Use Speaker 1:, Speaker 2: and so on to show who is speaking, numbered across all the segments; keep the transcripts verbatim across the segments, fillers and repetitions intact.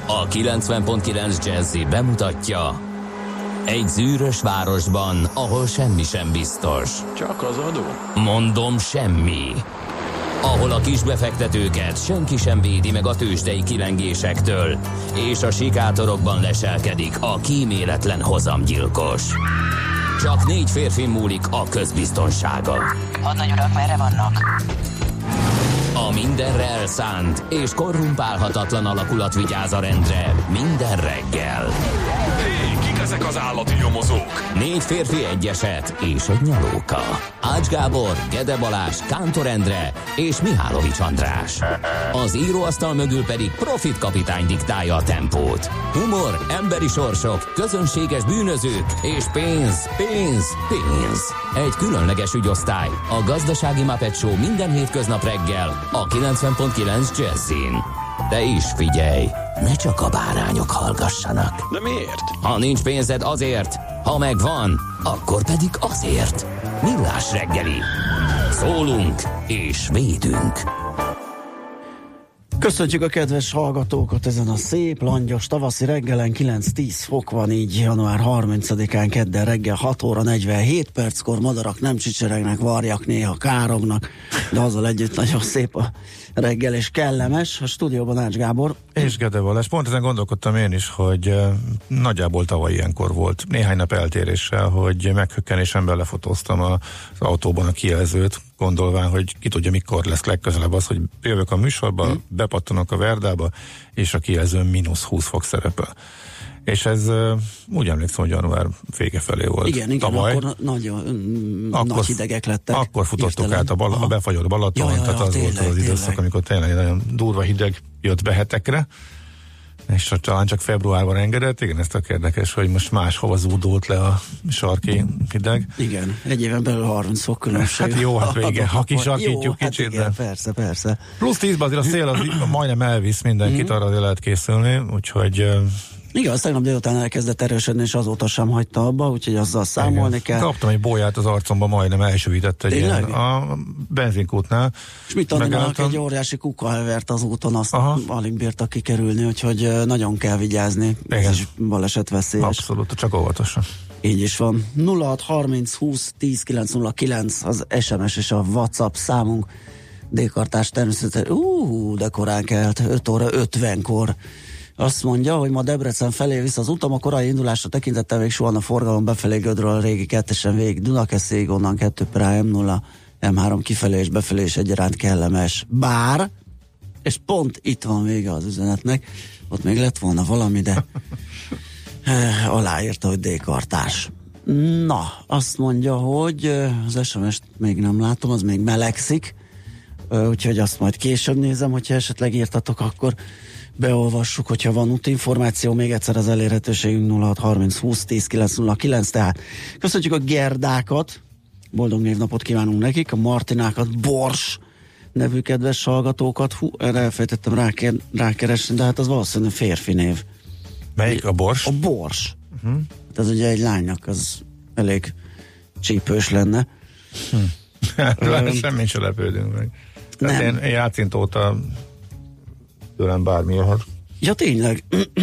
Speaker 1: A kilencven pont kilenc Jazzy bemutatja: egy zűrös városban, ahol semmi sem biztos.
Speaker 2: Csak az adó?
Speaker 1: Mondom, semmi. Ahol a kisbefektetőket senki sem védi meg a tőzsdei kilengésektől, és a sikátorokban leselkedik a kíméletlen hozamgyilkos. Csak négy férfi múlik a közbiztonsága.
Speaker 3: Hadnagy urak, merre vannak?
Speaker 1: A mindenre elszánt és korrumpálhatatlan alakulat vigyáz a rendre minden reggel.
Speaker 2: Hé, kik ezek az állati nyomozók?
Speaker 1: Négy férfi, egy eset és egy nyalóka. Ács Gábor, Gede Balázs, Kántor Endre és Mihálovics András. Az íróasztal mögül pedig Profit kapitány diktálja a tempót. Humor, emberi sorsok, közönséges bűnözők és pénz, pénz, pénz. Egy különleges ügyosztály, a Gazdasági Muppet Show minden hétköznap reggel a kilencven pont kilenc Jazzyn. De is figyelj, ne csak a bárányok hallgassanak.
Speaker 2: De miért?
Speaker 1: Ha nincs pénzed, azért, ha megvan, akkor pedig azért. Millás reggeli. Szólunk és védünk.
Speaker 4: Köszöntjük a kedves hallgatókat ezen a szép, langyos tavaszi reggelen. Kilenc-tíz fok van így január harmincadikán kedden reggel hat óra negyvenhét perckor. Madarak nem csicseregnek, varjak néha kárognak, de azzal együtt nagyon szép a reggel és kellemes. A stúdióban Ács Gábor
Speaker 5: és Gede Balázs. Pont ezen gondolkodtam én is, hogy uh, nagyjából tavaly ilyenkor volt, néhány nap eltéréssel, hogy meghökkenésemben lefotóztam a, az autóban a kijelzőt, gondolván, hogy ki tudja, mikor lesz legközelebb az, hogy jövök a műsorba, hmm. bepattanok a Verdába, és a kijelzőn mínusz húsz fok szerepel. És ez uh, úgy emlékszem, hogy január vége felé volt.
Speaker 4: Igen, igen,
Speaker 5: tavaly.
Speaker 4: akkor nagyon
Speaker 5: akkor,
Speaker 4: nagy hidegek lettek.
Speaker 5: Akkor futottuk hirtelen át a, bal- a befagyott Balaton, ja, ja, tehát ja, az tényleg, volt az időszak, tényleg. Amikor tényleg nagyon durva hideg jött be hetekre, és talán csak februárban engedett. Igen, ez tök érdekes, hogy most máshova zúdult le a sarki hideg.
Speaker 4: Igen, egy éven belül harminc fok különbség.
Speaker 5: Hát jó, hát vége, ha kisarkítjuk jó, kicsit.
Speaker 4: Hát igen, persze, persze.
Speaker 5: Plusz tízben azért a szél az majdnem elvisz mindenkit, mm. arra lehet készülni, úgyhogy...
Speaker 4: Igen, azt tegnap délután elkezdett erősödni, és azóta sem hagyta abba, úgyhogy azzal számolni kell.
Speaker 5: Kaptam egy bóját az arcomba, majdnem elsövített egy ilyen a benzinkútnál.
Speaker 4: És mit tanulnak, egy óriási kukahevert az úton, azt Aha. alig bírtak kikerülni, úgyhogy nagyon kell vigyázni. Igen. Ez is balesetveszélyes.
Speaker 5: Abszolút, csak óvatosan.
Speaker 4: Így is van. nulla hat harminc húsz tíz kilenc nulla kilenc az es em es és a WhatsApp számunk. D-kartás természetesen, úúúú, de korán kelt, öt óra ötvenkor. Azt mondja, hogy ma Debrecen felé visz az utam, a korai indulásra tekintettel még suhan a forgalom befelé Gödről a régi kettesen végig Dunakeszéig, onnan kettő per em nulla, em három kifelé és befelé is egyaránt kellemes. Bár, és pont itt van vége az üzenetnek, ott még lett volna valami, de eh, aláírta, hogy D-kartás. Na, azt mondja, hogy az es em est még nem látom, az még melegszik, úgyhogy azt majd később nézem, hogyha esetleg írtatok, akkor beolvassuk, hogyha van útinformáció. Még egyszer az elérhetőségünk nulla hat harminc húsz tíz kilenc nulla kilenc. Tehát köszönjük a Gerdákat, boldog névnapot kívánunk nekik, a Martinákat, Bors nevű kedves hallgatókat. Hú, erre elfejtettem ráker, rákeresni, de hát az valószínűleg férfi név.
Speaker 5: Melyik a Bors?
Speaker 4: A Bors. Uh-huh. Hát ez ugye egy lánynak, az elég csípős lenne.
Speaker 5: Hm. Um, Semmi se lepődünk meg. Tehát én, én játszint óta tőlem bármi jöhet.
Speaker 4: Ja, tényleg.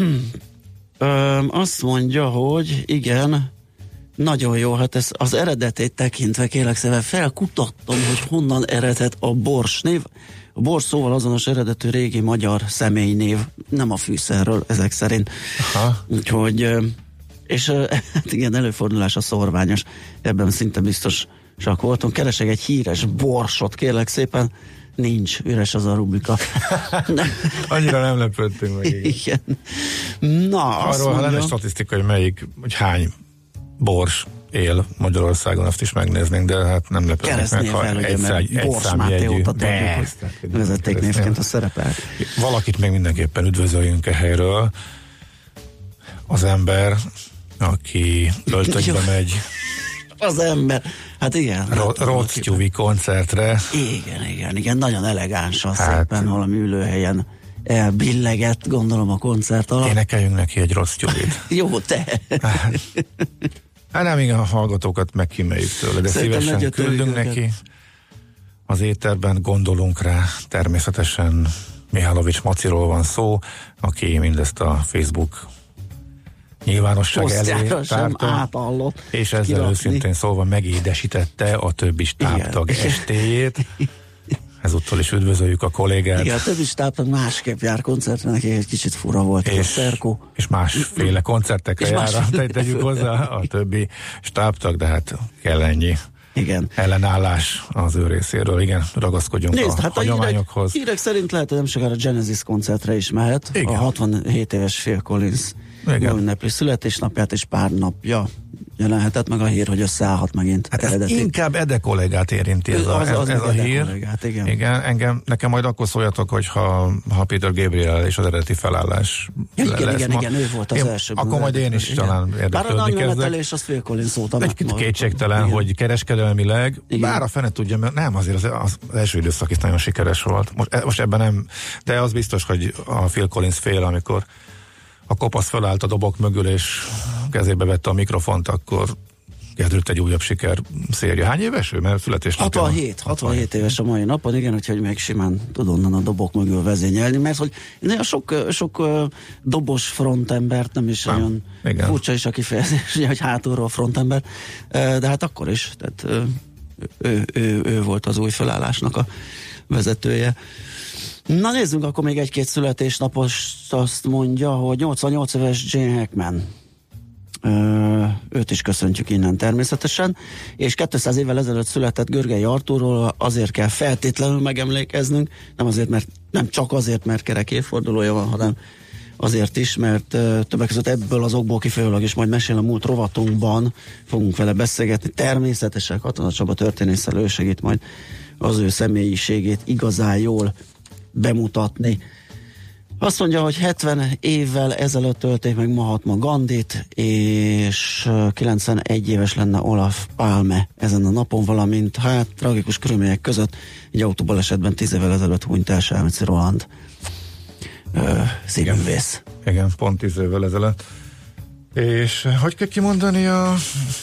Speaker 4: Öm, azt mondja, hogy igen, nagyon jó, hát ez az eredetét tekintve kérlek szépen felkutattam, hogy honnan eredhet a Bors név. A Bors szóval azonos eredetű régi magyar személynév, nem a fűszerről ezek szerint. Aha. Úgyhogy, és hát igen, előfordulás a szorványos, ebben szinte biztosak voltunk. Keresek egy híres Borsot, kérlek szépen. Nincs, üres az a rubrika.
Speaker 5: Annyira nem lepődtünk meg. Igen.
Speaker 4: Igen. Na,
Speaker 5: arról, mondja, ha lenne statisztika, hogy melyik, hogy hány Bors él Magyarországon, azt is megnéznénk, de hát nem lepődünk meg, ha
Speaker 4: fel,
Speaker 5: egy,
Speaker 4: szá, egy
Speaker 5: Bors számjegyű
Speaker 4: vezetéknévként a szerepel.
Speaker 5: Valakit még mindenképpen üdvözöljünk e helyről. Az ember, aki öltönybe megy.
Speaker 4: Az ember. Hát igen.
Speaker 5: Rod Stewart koncertre.
Speaker 4: Igen, igen, igen. Nagyon elegánsan, hát, szépen valami ülőhelyen elbillegett, gondolom a koncert alatt.
Speaker 5: Énekeljünk neki egy Rod Stewart.
Speaker 4: Jó, te.
Speaker 5: Hát, hát nem, igen, a hallgatókat megkíméljük tőle, de szerintem szívesen küldünk neki. Az éterben gondolunk rá, természetesen Mihálovics Maciról van szó, aki mindezt a Facebook nyilvánosság elé tárta, és ezzel kirakni. Őszintén szólva megédesítette a többi stábtag estéjét. Ezúttal is üdvözöljük a kollégát.
Speaker 4: Igen, a többi stábtag másképp jár koncertre, neki egy kicsit fura volt és, a szerkó.
Speaker 5: És másféle koncertekre és jár, más... tegyük hozzá a többi stábtag, de hát kell ennyi.
Speaker 4: Igen.
Speaker 5: Ellenállás az ő részéről. Igen, ragaszkodjunk
Speaker 4: Nézd,
Speaker 5: a
Speaker 4: hát
Speaker 5: hagyományokhoz.
Speaker 4: A hírek, hírek szerint lehet, hogy nem sokára a Genesis koncertre is mehet. Igen. A hatvanhét éves Phil Collins ünnepli születésnapját, és pár napja jelenhetett meg a hír, hogy összeállhat megint.
Speaker 5: Hát ez inkább Ede kollégát érinti ez, az, a, az ez, ez a hír. Kollégát, igen. igen, engem, nekem majd akkor szóljatok, hogy ha, ha Peter Gabriel és az eredeti felállás
Speaker 4: ja, igen,
Speaker 5: lesz
Speaker 4: igen,
Speaker 5: ma.
Speaker 4: igen, ő volt az én, első.
Speaker 5: Akkor majd én is igen. talán érdeklődni kezdek. Bár a nagy menetelés,
Speaker 4: az Phil Collins szóta.
Speaker 5: Egy kétségtelen, igen. hogy kereskedelmileg, igen. bár a fene tudja, mert nem, azért az, az első időszak is nagyon sikeres volt. Most, most ebben nem, de az biztos, hogy a Phil Collins fél, amikor a kopasz felállt a dobok mögül, és kezébe vette a mikrofont, akkor kezdődött egy újabb siker széria. Hány éves ő? Mert születésnapja
Speaker 4: hatvanhét, hatvanhét éves a mai napon, igen, úgyhogy meg simán tud onnan a dobok mögül vezényelni, mert hogy nagyon sok, sok uh, dobos frontembert, nem is nagyon igen. furcsa is a kifejezés, hogy hátulról frontember, uh, de hát akkor is, tehát uh, ő, ő, ő, ő volt az új felállásnak a vezetője. Na nézzünk akkor még egy-két születésnapos, azt mondja, hogy nyolcvannyolc éves Gene Hackman. Ö, őt is köszöntjük innen természetesen, és kétszáz évvel ezelőtt született Görgei Artúrról azért kell feltétlenül megemlékeznünk, nem azért, mert nem csak azért, mert kerek évfordulója van, hanem azért is, mert ö, többek között ebből az okból kifolyólag is majd mesél a múlt rovatunkban, fogunk vele beszélgetni, természetesen Katona Csaba történésszel, ő segít majd az ő személyiségét igazán jól bemutatni. Azt mondja, hogy hetven évvel ezelőtt tölték meg Mahatma Gandhit, és kilencvenegy éves lenne Olaf Palme ezen a napon, valamint hát tragikus körülmények között egy autóbalesetben tíz évvel ezelőtt hunyt el Selmeci Roland szívművész.
Speaker 5: Igen. Igen, pont tíz évvel ezelőtt. És hogy kell kimondani a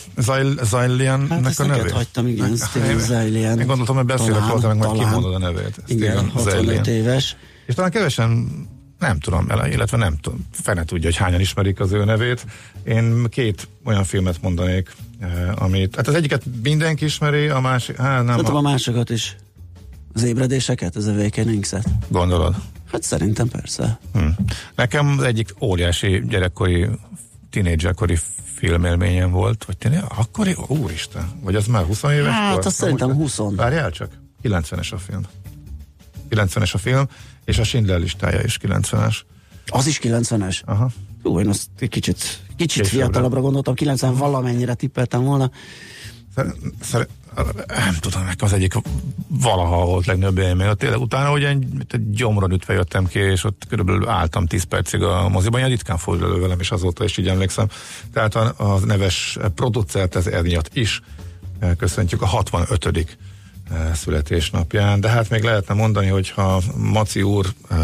Speaker 5: Zailliannek
Speaker 4: hát
Speaker 5: a nevét?
Speaker 4: hagytam, igen, Steven Zaillian.
Speaker 5: Én gondoltam, hogy beszélek hozzá, meg majd kimondod a nevét.
Speaker 4: Igen, hatvanöt éves.
Speaker 5: És talán kevesen nem tudom, illetve nem tudom, fene tudja, hogy hányan ismerik az ő nevét. Én két olyan filmet mondanék, amit, hát az egyiket mindenki ismeri, a másik, hát nem.
Speaker 4: Szerintem a, a másokat is. Az ébredéseket, az Awakenings-et.
Speaker 5: Gondolod?
Speaker 4: Hát szerintem persze.
Speaker 5: Hm. Nekem az egyik óriási gyerekkori, tínédzserkori filmélményem volt, vagy tényleg akkori, úristen, vagy az már húsz éves
Speaker 4: hát,
Speaker 5: volt?
Speaker 4: Hát azt szerintem húsz.
Speaker 5: Várjál csak, kilencvenes a film. kilencvenes a film, és a Schindler listája is kilencvenes.
Speaker 4: Az is kilencvenes?
Speaker 5: Aha.
Speaker 4: Hú, én azt kicsit, kicsit fiatalabbra gondoltam, kilencven valamennyire tippeltem volna.
Speaker 5: Szer, szer, nem tudom, az egyik valaha volt legnagyobb élmény. Tényleg utána ugye egy gyomron ütve jöttem ki, és ott körülbelül álltam tíz percig a moziban, ilyen ritkán fordul elő velem, és azóta is így emlékszem. Tehát a, a neves producert ez miatt is köszöntjük a hatvanötödik születésnapján, de hát még lehetne mondani, hogyha Maci úr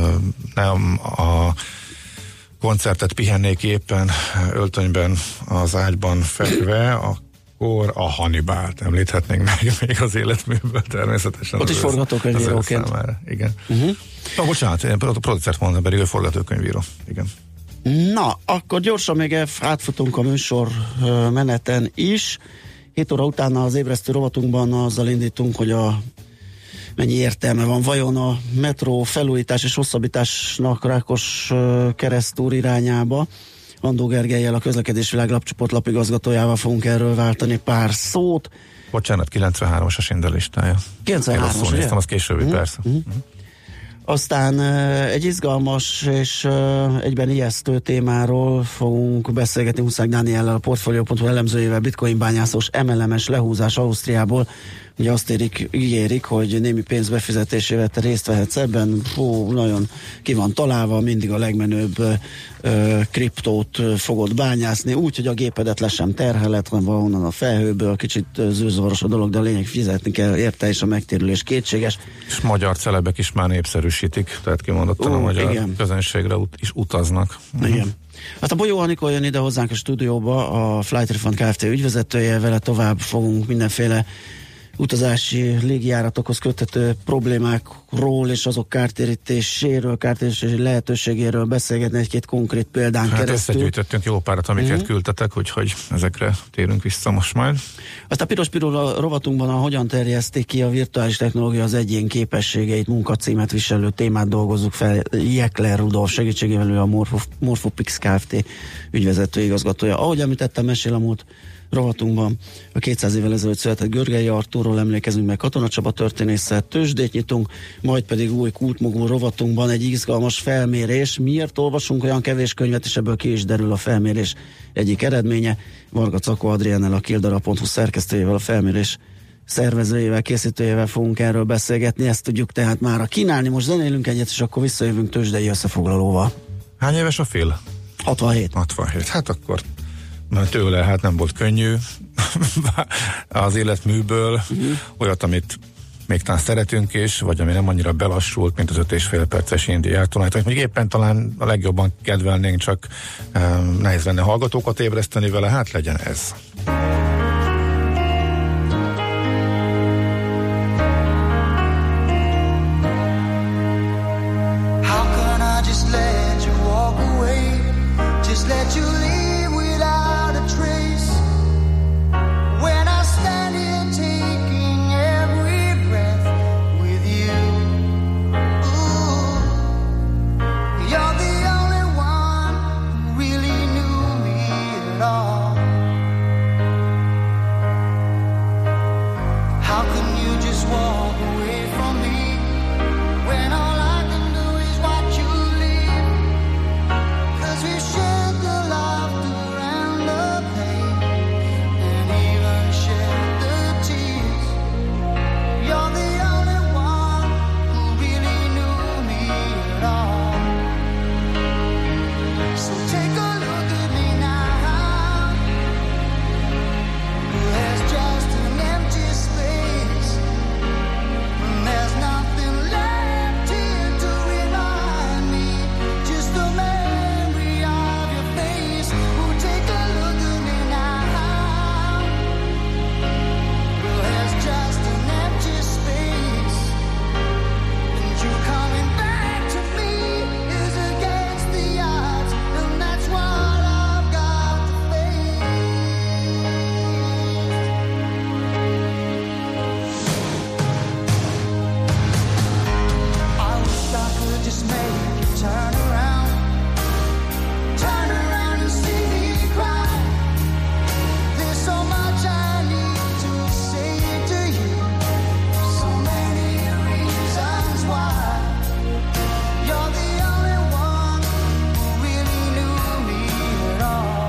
Speaker 5: nem a koncertet pihennék éppen öltönyben az ágyban fekve, akkor a Hannibalt említhetnénk meg még az életműből természetesen.
Speaker 4: Ott is forgatókönyvíróként.
Speaker 5: Igen. Uh-huh. Na, bocsánat, én producert mondom, pedig ő forgatókönyvíró. Igen.
Speaker 4: Na, akkor gyorsan még átfutunk a műsor meneten is. hét óra utána az ébresztő rovatunkban azzal indítunk, hogy a mennyi értelme van vajon a metró felújítás és hosszabbításnak Rákos keresztúr irányába. Andó Gergellyel, a Közlekedési Világ lapcsoport lapigazgatójával fogunk erről váltani pár szót.
Speaker 5: Bocsánat, kilencvenhármas a Schindler listája.
Speaker 4: kilencvenhármas, ugye?
Speaker 5: Néztem, az későbbi, mm-hmm. persze. Mm-hmm.
Speaker 4: Aztán egy izgalmas és egyben ijesztő témáról fogunk beszélgetni Huszák Dániellel, a Portfolio pont hu elemzőjével, bitcoin bányászós em el em-es lehúzás Ausztriából. Ugye azt érik, ígérik, hogy némi pénz befizetésével te részt vehetsz ebben. Fú, nagyon ki van találva, mindig a legmenőbb ö, kriptót fogod bányászni, úgy, hogy a gépedet le sem terheled, hanem valahonnan a felhőből, kicsit zűrzavaros a dolog, de a lényeg fizetni kell érte, és a megtérülés kétséges. És
Speaker 5: magyar celebek is már népszerűsítik, tehát kimondottan uh, a magyar igen. közönségre ut- is utaznak.
Speaker 4: Igen. Uh-huh. Hát a Bolyó Anikó jön ide hozzánk a stúdióba, a Flight Refund Kft. Ügyvezetője, vele tovább fogunk mindenféle utazási légijáratokhoz köthető problémákról és azok kártérítéséről, kártérítési lehetőségéről beszélgetni egy-két konkrét példán
Speaker 5: hát
Speaker 4: keresztül.
Speaker 5: Összegyűjtöttünk jó párat, amiket uh-huh. küldtetek, úgyhogy ezekre térünk vissza most majd.
Speaker 4: Azt a piros pirul rovatunkban a hogyan terjeszték ki a virtuális technológia az egyén képességeit munkacímet viselő témát dolgozzuk fel. Jekler Rudolf segítségével, ő a Morfo, Morfopix Kft. Ügyvezető igazgatója. Ahogy említettem, mesél a múlt rovatunkban a kétszáz évvel ezelőtt született Görgei Artúrról emlékezünk meg, Katona Csaba történésszel, tőzsdét nyitunk, majd pedig új kultmogul rovatunkban egy izgalmas felmérés. Miért olvasunk olyan kevés könyvet, és ebből ki is derül a felmérés egyik eredménye. Varga Cakó Adriennel, a Kildara pont hu szerkesztőjével, a felmérés szervezőjével, készítőjével fogunk erről beszélgetni, ezt tudjuk tehát már kínálni. Most zenélünk egyet, és akkor visszajövünk tőzsdei összefoglalóval.
Speaker 5: Hány éves a Phil?
Speaker 4: hatvanhét.
Speaker 5: hatvanhét, hát akkor tőle hát nem volt könnyű az életműből, uh-huh. olyat, amit még talán szeretünk is, vagy ami nem annyira belassult, mint az öt és fél perces indiától, amit még éppen talán a legjobban kedvelnénk, csak um, nehéz lenne hallgatókat ébreszteni vele, hát legyen ez.
Speaker 6: How can I just let you walk away, just let you leave without a trace, when I stand here taking every breath with you. Ooh, you're the only one who really knew me at all. How can you just walk away from me when all I can do is watch you leave? 'Cause we shared the laughter and the pain, and even shared the tears. You're the only one who really knew me at all. So take a look at me now. There's just an empty space, and there's nothing left here to remind me. Just the memory of your face. Oh, take a look at me now. There's just an empty space, and you coming back to me is against the odds, and that's what I've got to face. I wish I could just make you turn around, turn around and see me cry. There's so much I need to say to you, so many reasons why. You're the only one who really knew me at all.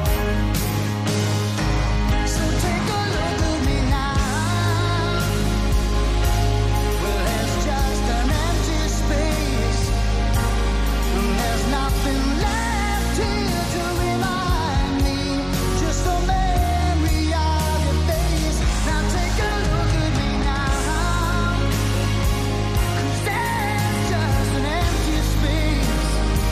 Speaker 6: So take a look at me now. Well, there's just an empty space, and there's nothing left here to remind me. Just the memory of your face. Now take a look at me now. 'Cause there's just an empty space,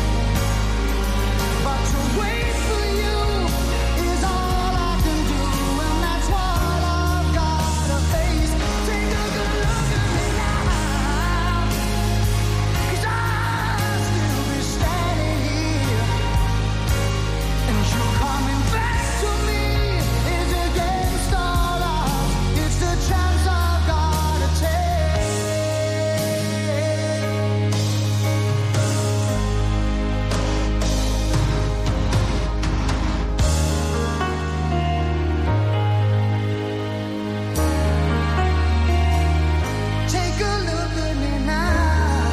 Speaker 6: but to wait for you is all I can do, and that's what I've got to face. Take a good look at me now, 'cause I'll still be standing here, and you coming back to me is against all odds. It's the chance I've got to take. Take a look at me now.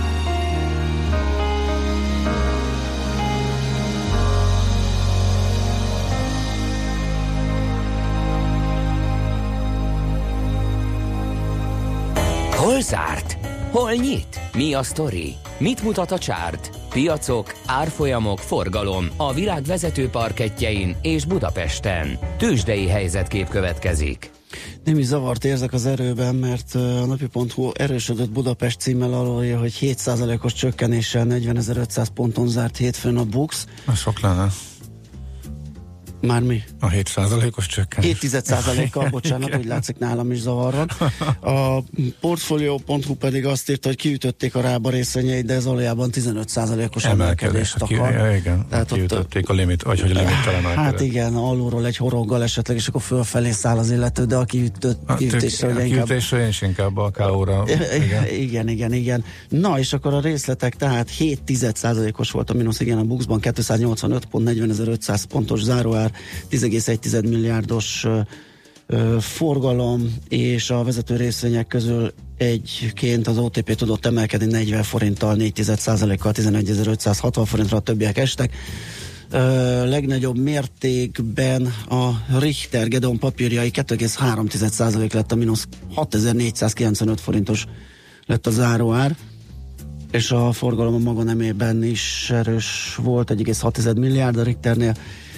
Speaker 1: Hol zárt? Hol nyit? Mi a sztori? Mit mutat a csárt? Piacok, árfolyamok, forgalom a világ vezető parkettjein és Budapesten. Tőzsdei helyzetkép következik.
Speaker 4: Némi zavart érzek az erőben, mert a napi pont hu erősödött Budapest címmel alulja, hogy hét százalékos csökkenéssel negyvenezer-ötszáz ponton zárt hétfőn a BUX.
Speaker 5: Na, sok lenne.
Speaker 4: Már mi?
Speaker 5: A hét százalékos csökkenés.
Speaker 4: hét százalékkal, bocsánat, úgy látszik nálam is zavar van. A Portfolio pont hu pedig azt írta, hogy kiütötték a rába részvényeit, de ez valójában tizenöt százalékos emelkedést akar.
Speaker 5: Ja, igen, tehát kiütötték ott, a limit, vagy hogy a limittelen.
Speaker 4: Hát igen, alulról egy horoggal esetleg, és akkor fölfelé száll az illető, de a kiütött, kiütésre,
Speaker 5: a
Speaker 4: hogy inkább...
Speaker 5: kiütésre és inkább a ká óra.
Speaker 4: Igen. igen, igen, igen. Na, és akkor a részletek, tehát hét százalékos volt a mínusz, igen, a Buxban kétszáznyolcvanöt pont negyvenezer-ötszáz pontos záróár, tíz egész egy milliárdos ö, ö, forgalom, és a vezető részvények közül egyként az o té pé tudott emelkedni negyven forinttal, négy százalékkal, tizenegyezer-ötszázhatvan forintra, a többiek estek. Ö, legnagyobb mértékben a Richter Gedeon papírjai kettő egész három százalék lett a mínusz, hatezer-négyszázkilencvenöt forintos lett a záróár, és a forgalom a maga nemében is erős volt, egy egész hat milliárd a Richternél.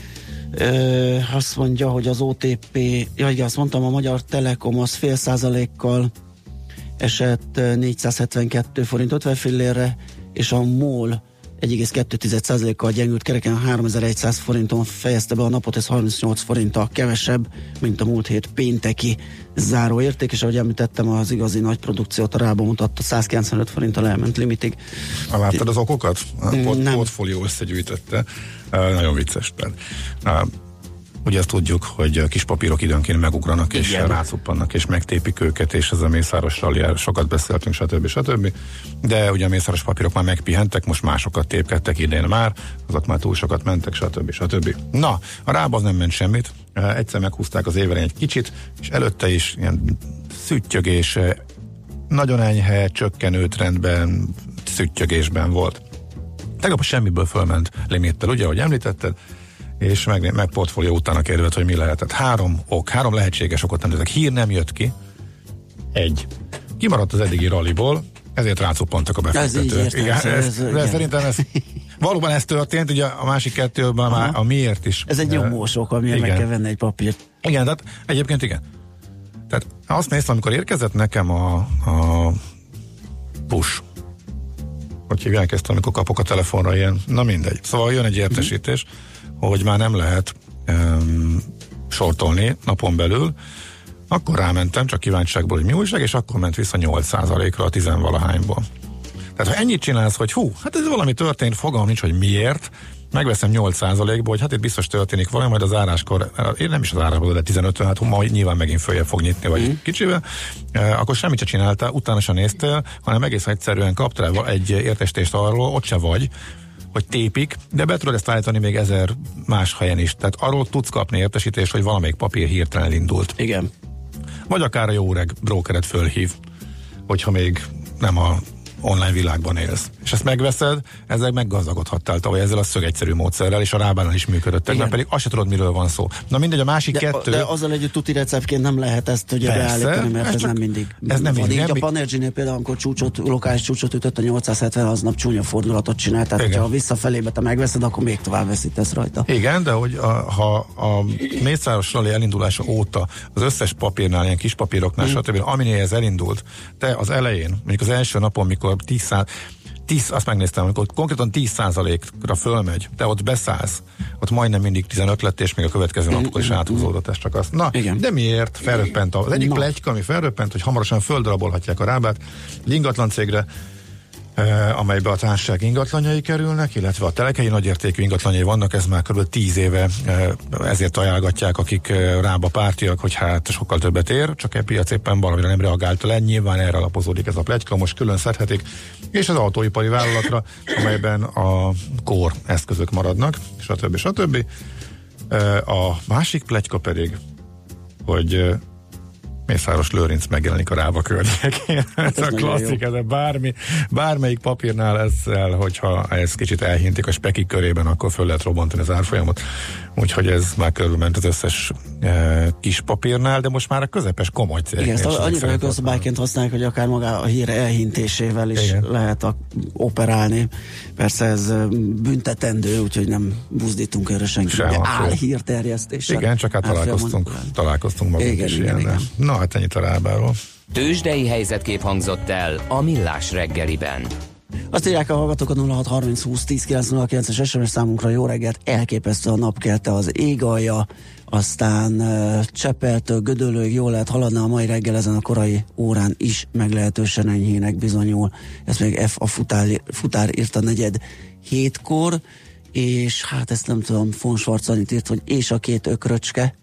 Speaker 4: Ö, azt mondja, hogy az o té pé, ja igen, azt mondtam, a Magyar Telekom az fél százalékkal esett négyszázhetvenkettő forint ötven fillérre, és a MOL egy egész kettő százalékkal gyengült, kereken háromezer-száz forinton fejezte be a napot, ez harmincnyolc forinttal kevesebb, mint a múlt hét pénteki záróérték, és ahogy említettem, az igazi nagy produkciót a rába mutatta, százkilencvenöt forinttal elment limitig.
Speaker 5: Láttad az okokat? A port-
Speaker 4: Nem.
Speaker 5: portfólió összegyűjtötte. Uh, nagyon vicces. Uh, ugye azt tudjuk, hogy a kis papírok időnként megugranak, és
Speaker 4: Igen.
Speaker 5: rácuppannak, és megtépik őket, és ez a Mészáros rallyáról sokat beszéltünk, stb. stb. De ugye a mészáros papírok már megpihentek, most másokat tépkedtek idén már, azok már túl sokat mentek, stb. stb. Na, a rába az nem ment semmit. Uh, egyszer meghúzták az évelején egy kicsit, és előtte is ilyen szüttyögés, nagyon enyhe, csökkenő trendben, szüttyögésben volt. Tegnap a semmiből fölment limittel, ugye, ahogy említetted, és meg, meg portfólió utána került, hogy mi lehetett. Három ok, három lehetséges okot említettek. Hír nem jött ki. Egy. Kimaradt az eddigi rallyból, ezért rácuppantak a befektetők.
Speaker 4: Ez így
Speaker 5: igen,
Speaker 4: értem,
Speaker 5: ez,
Speaker 4: ez,
Speaker 5: de
Speaker 4: igen.
Speaker 5: Szerintem ez valóban ez történt, ugye a másik kettőben már a miért is.
Speaker 4: Ez egy nyomós ok, amiért meg kell venni egy papírt.
Speaker 5: Igen, tehát egyébként igen. Tehát azt néztem, amikor érkezett nekem a, a push, hogy hívják ezt, amikor kapok a telefonra ilyen, na mindegy. Szóval jön egy értesítés, uh-huh. hogy már nem lehet um, sortolni napon belül, akkor rámentem, csak kíváncsiságból, hogy mi újság, és akkor ment vissza nyolc százalékra a tizenvalahányból. Tehát ha ennyit csinálsz, hogy hú, hát ez valami történt, fogalmam nincs, hogy miért, megveszem nyolc százalékból, hogy hát itt biztos történik valami, majd az áráskor, én nem is az áráskor, de tizenötön, hát ma nyilván megint följebb fog nyitni, vagy mm. kicsivel, eh, akkor semmit se csináltál, utána se néztél, hanem egész egyszerűen kaptál egy értesítést arról, ott se vagy, hogy tépik, de be tudod ezt állítani még ezer más helyen is. Tehát arról tudsz kapni értesítést, hogy valamelyik papír hirtelen elindult.
Speaker 4: Igen.
Speaker 5: Vagy akár a jó öreg brókeret fölhív, hogyha még nem a online világban élsz. És ezt megveszed, ezzel meggazdagodhattál tavaly ezzel a szögegyszerű módszerrel, és a rábánál is működött. Tegnap pedig azt se tudod, miről van szó. Na mindegy, a másik
Speaker 4: De,
Speaker 5: kettő...
Speaker 4: de azzal együtt tuti receptként nem lehet ezt ugye
Speaker 5: Persze,
Speaker 4: beállítani, mert
Speaker 5: ez
Speaker 4: ez
Speaker 5: csak-
Speaker 4: nem mindig
Speaker 5: ez nem
Speaker 4: van.
Speaker 5: mindig,
Speaker 4: Így
Speaker 5: nem
Speaker 4: a
Speaker 5: mi-
Speaker 4: Panergy-nél például, amikor csúcsot, lokális csúcsot ütött a nyolcszázhetven, aznap csúnya fordulatot csinált, tehát
Speaker 5: Igen.
Speaker 4: ha visszafelébe te megveszed, akkor még tovább veszítesz rajta.
Speaker 5: Igen, de hogy a, ha a Mészáros rally elindulása óta az összes papírnál, ilyen kis papíroknál, mm. stb., aminél ez elindult, te az elején, mondjuk az első napon, mikor tíz tíz, azt megnéztem, amikor konkrétan tíz százalékra fölmegy, te ott beszállsz, ott majdnem mindig tizenöt lett, és még a következő napokon is áthúzódott, ez csak az. Na,
Speaker 4: Igen.
Speaker 5: de miért felröppent? Az egyik
Speaker 4: Na.
Speaker 5: pletyka, ami felröppent, hogy hamarosan földrabolhatják a rábát egy ingatlan cégre, eh, amelybe a társaság ingatlanjai kerülnek, illetve a telekei nagyértékű ingatlanjai vannak, ez már kb. tíz éve, eh, ezért ajánlgatják, akik eh, rába pártiak, hogy hát sokkal többet ér, csak egy piac éppen valamire nem reagálta le, nyilván erre alapozódik ez a pletyka, most külön szedhetik, és az autóipari vállalatra, amelyben a core eszközök maradnak, stb. stb. Eh, a másik pletyka pedig, hogy eh, Mészáros Lőrinc megjelenik a Rába környékén. Ez a
Speaker 4: nagyon
Speaker 5: klasszik, ez a bármi, bármelyik papírnál ezzel, hogyha ez kicsit elhintik a spekik körében, akkor föl lehet robbantani az árfolyamot. Úgyhogy ez már körülment az összes e, kis papírnál, de most már a közepes komoly cégnél.
Speaker 4: Igen, ezt
Speaker 5: sem
Speaker 4: annyira
Speaker 5: szerint
Speaker 4: közszabályként használják, hogy akár maga a hír elhintésével is
Speaker 5: Igen.
Speaker 4: lehet a, operálni. Persze ez ö, büntetendő, úgyhogy nem buzdítunk erre senki.
Speaker 5: Sem, abszolút.
Speaker 4: Álhírterjesztéssel.
Speaker 5: Igen, csak hát találkoztunk, találkoztunk magunk
Speaker 4: Igen,
Speaker 5: is
Speaker 4: igen,
Speaker 5: ilyennel.
Speaker 4: igen.
Speaker 5: Na, hát ennyit a Rábáról.
Speaker 1: Tőzsdei helyzetkép hangzott el a Millás reggeliben.
Speaker 4: Azt írják a hallgatók a nulla hat harminc húsz tíz kilenc nulla kilences es em es számunkra. Jó reggelt, elképesztő a napkelte, az égalja, aztán uh, Csepeltől Gödöllőig jól lehet haladni a mai reggel, ezen a korai órán is meglehetősen enyhének bizonyul. Ezt még F a futár, futár írt a negyed hétkor, és hát ezt nem tudom, von Schwarz annyit írt, hogy és a két ökröcske.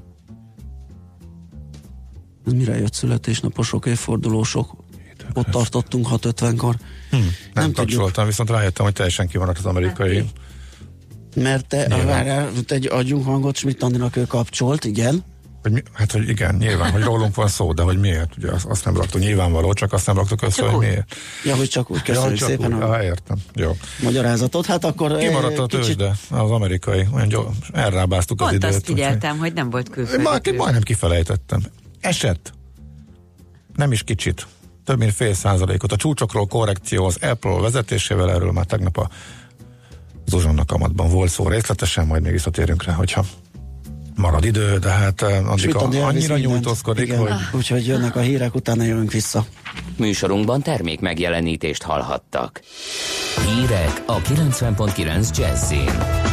Speaker 4: Ez mire jött születésnaposok, évfordulósok? Ott tartottunk hat ötvenkor.
Speaker 5: Hm, nem, nem
Speaker 4: kapcsoltam,
Speaker 5: viszont rájöttem, hogy teljesen kimaradt az amerikai.
Speaker 4: Mert te, várjál, egy adjunk hangot, Schmidt Andinak ő kapcsolt, igen.
Speaker 5: Hogy mi, hát, hogy igen, nyilván, hogy rólunk van szó, de hogy miért? Ugye azt, azt nem raktuk, nyilvánvaló, csak azt nem raktuk össze, hogy miért.
Speaker 4: Ja, hogy csak úgy, köszönjük
Speaker 5: ja,
Speaker 4: szépen
Speaker 5: úgy,
Speaker 4: a
Speaker 5: á, értem. Jó.
Speaker 4: magyarázatot. Hát akkor
Speaker 5: kimaradt a
Speaker 4: kicsit...
Speaker 5: tőzsde, az amerikai, olyan gyors, elrábáztuk az időt.
Speaker 7: Pont azt figyeltem, hogy nem volt külföldi.
Speaker 5: Már majdnem kifelejtettem. Esett. Nem is kicsit. Több mint fél százalékot. A csúcsokról korrekció az Apple vezetésével, erről már tegnap a Zsuzsanna kamatban volt szó részletesen, majd még visszatérünk rá, hogyha marad idő, de hát Andika annyira nyújtózkodik, hogy...
Speaker 4: Úgyhogy jönnek a hírek, utána jövünk vissza.
Speaker 1: Műsorunkban termék megjelenítést hallhattak. Hírek a kilencven pont kilenc Jazzin.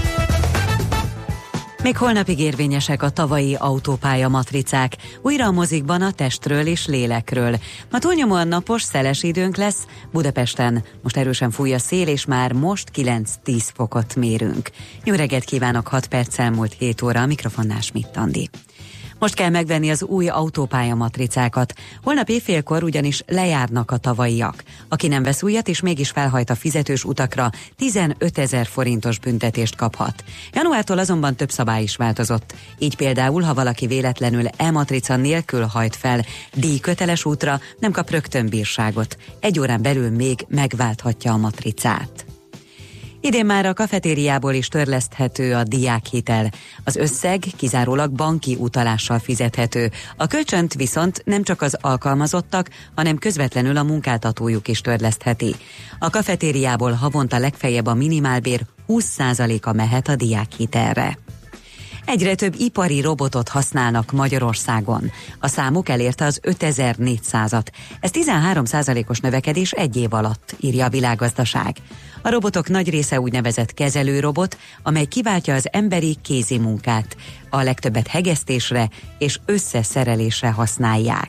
Speaker 7: Még holnapig érvényesek a tavalyi autópálya matricák, újra a mozikban a testről és lélekről. Ma túlnyomóan napos, szeles időnk lesz, Budapesten most erősen fúj a szél, és már most kilenc-tíz fokot mérünk. Jó reggelt kívánok, hat perccel múlt hét óra, a mikrofonnál Schmidt Andi. Most kell megvenni az új autópálya matricákat. Holnap éjfélkor ugyanis lejárnak a tavalyiak. Aki nem vesz újat és mégis felhajt a fizetős utakra, tizenötezer forintos büntetést kaphat. Januártól azonban több szabály is változott. Így például, ha valaki véletlenül e-matrica nélkül hajt fel díjköteles útra, nem kap rögtön bírságot. Egy órán belül még megválthatja a matricát. Idén már a kafetériából is törleszthető a diákhitel. Az összeg kizárólag banki utalással fizethető. A kölcsönt viszont nem csak az alkalmazottak, hanem közvetlenül a munkáltatójuk is törlesztheti. A kafetériából havonta legfeljebb a minimálbér húsz százaléka mehet a diákhitelre. Egyre több ipari robotot használnak Magyarországon. A számuk elérte az ötezer-négyszázat. Ez tizenhárom százalékos növekedés egy év alatt, írja a Világgazdaság. A robotok nagy része úgynevezett kezelőrobot, amely kiváltja az emberi kézi munkát. A legtöbbet hegesztésre és összeszerelésre használják.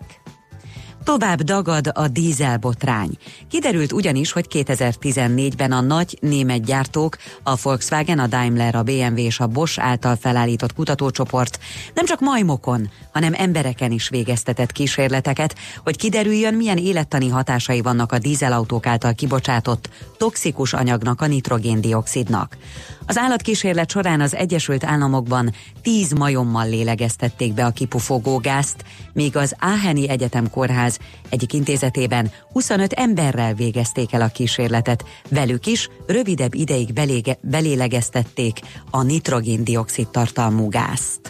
Speaker 7: Tovább dagad a dízelbotrány. Kiderült ugyanis, hogy kétezer-tizennégyben a nagy német gyártók, a Volkswagen, a Daimler, a bé em vé és a Bosch által felállított kutatócsoport nem csak majmokon, hanem embereken is végeztetett kísérleteket, hogy kiderüljön, milyen élettani hatásai vannak a dízelautók által kibocsátott toxikus anyagnak, a nitrogén-dioxidnak. Az állatkísérlet során az Egyesült Államokban tíz majommal lélegeztették be a kipufogó gázt, míg az Aacheni Egyetem Kórház egyik intézetében huszonöt emberrel végezték el a kísérletet, velük is rövidebb ideig belége, belélegeztették a nitrogén-dioxid tartalmú gázt.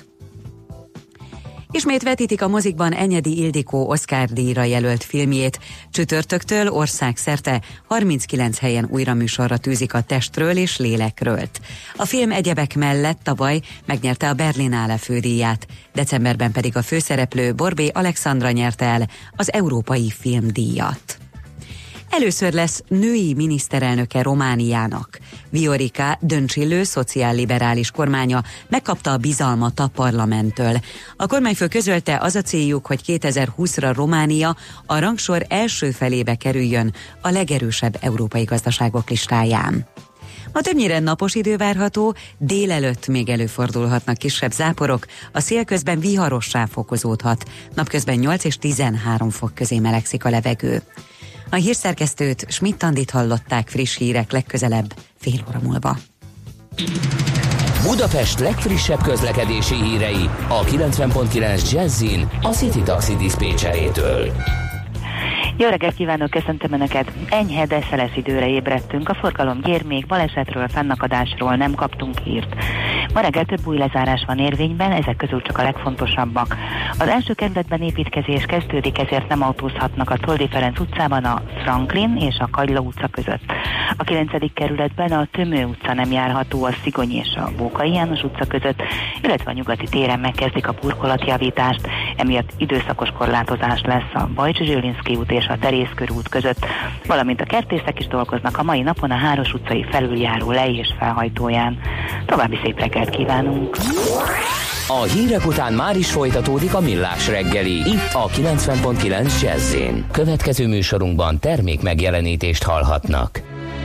Speaker 7: Ismét vetítik a mozikban Enyedi Ildikó Oscar-díjra jelölt filmjét. Csütörtöktől országszerte harminckilenc helyen újra műsorra tűzik a Testről és lélekről. A film egyebek mellett tavaly megnyerte a Berlinale fődíját, decemberben pedig a főszereplő Borbély Alexandra nyerte el az Európai Filmdíjat. Először lesz női miniszterelnöke Romániának. Viorica Döncsillő szociálliberális kormánya megkapta a bizalmat a parlamenttől. A kormányfő közölte, az a céljuk, hogy kétezer-húszra Románia a rangsor első felébe kerüljön a legerősebb európai gazdaságok listáján. Ma többnyire napos idő várható, délelőtt még előfordulhatnak kisebb záporok, a szél közben viharossá fokozódhat, napközben nyolc és tizenhárom fok közé melegszik a levegő. A hírszerkesztőt, Schmidt Andit hallották, friss hírek legközelebb fél óra múlva.
Speaker 1: Budapest legfrissebb közlekedési hírei a kilencven pont kilenc Jazzin a City Taxi diszpécserétől.
Speaker 3: Jó reggelt kívánok, köszöntöm Önöket! Enyhe, de szeles időre ébredtünk. A forgalom gyér, még balesetről, fennakadásról nem kaptunk hírt. Ma reggel több új lezárás van érvényben, ezek közül csak a legfontosabbak. Az első kerületben építkezés kezdődik, ezért nem autózhatnak a Toldi Ferenc utcában a Franklin és a Kagyló utca között. A kilencedik kerületben a Tömő utca nem járható a Szigonyi és a Bókai János utca között, illetve a Nyugati téren megkezdik a burkolatjavítást. emiatt időszakos korlátozás lesz a Bajcsy-Zsilinszky út és a Terész körút között, valamint a kertészek is dolgoznak a mai napon a Háros utcai felüljáró le- és felhajtóján. További szép reggelt kívánunk!
Speaker 1: A hírek után már is folytatódik a Millás reggeli, itt a kilencven pont kilenc Jazz-in. Következő műsorunkban termék megjelenítést hallhatnak.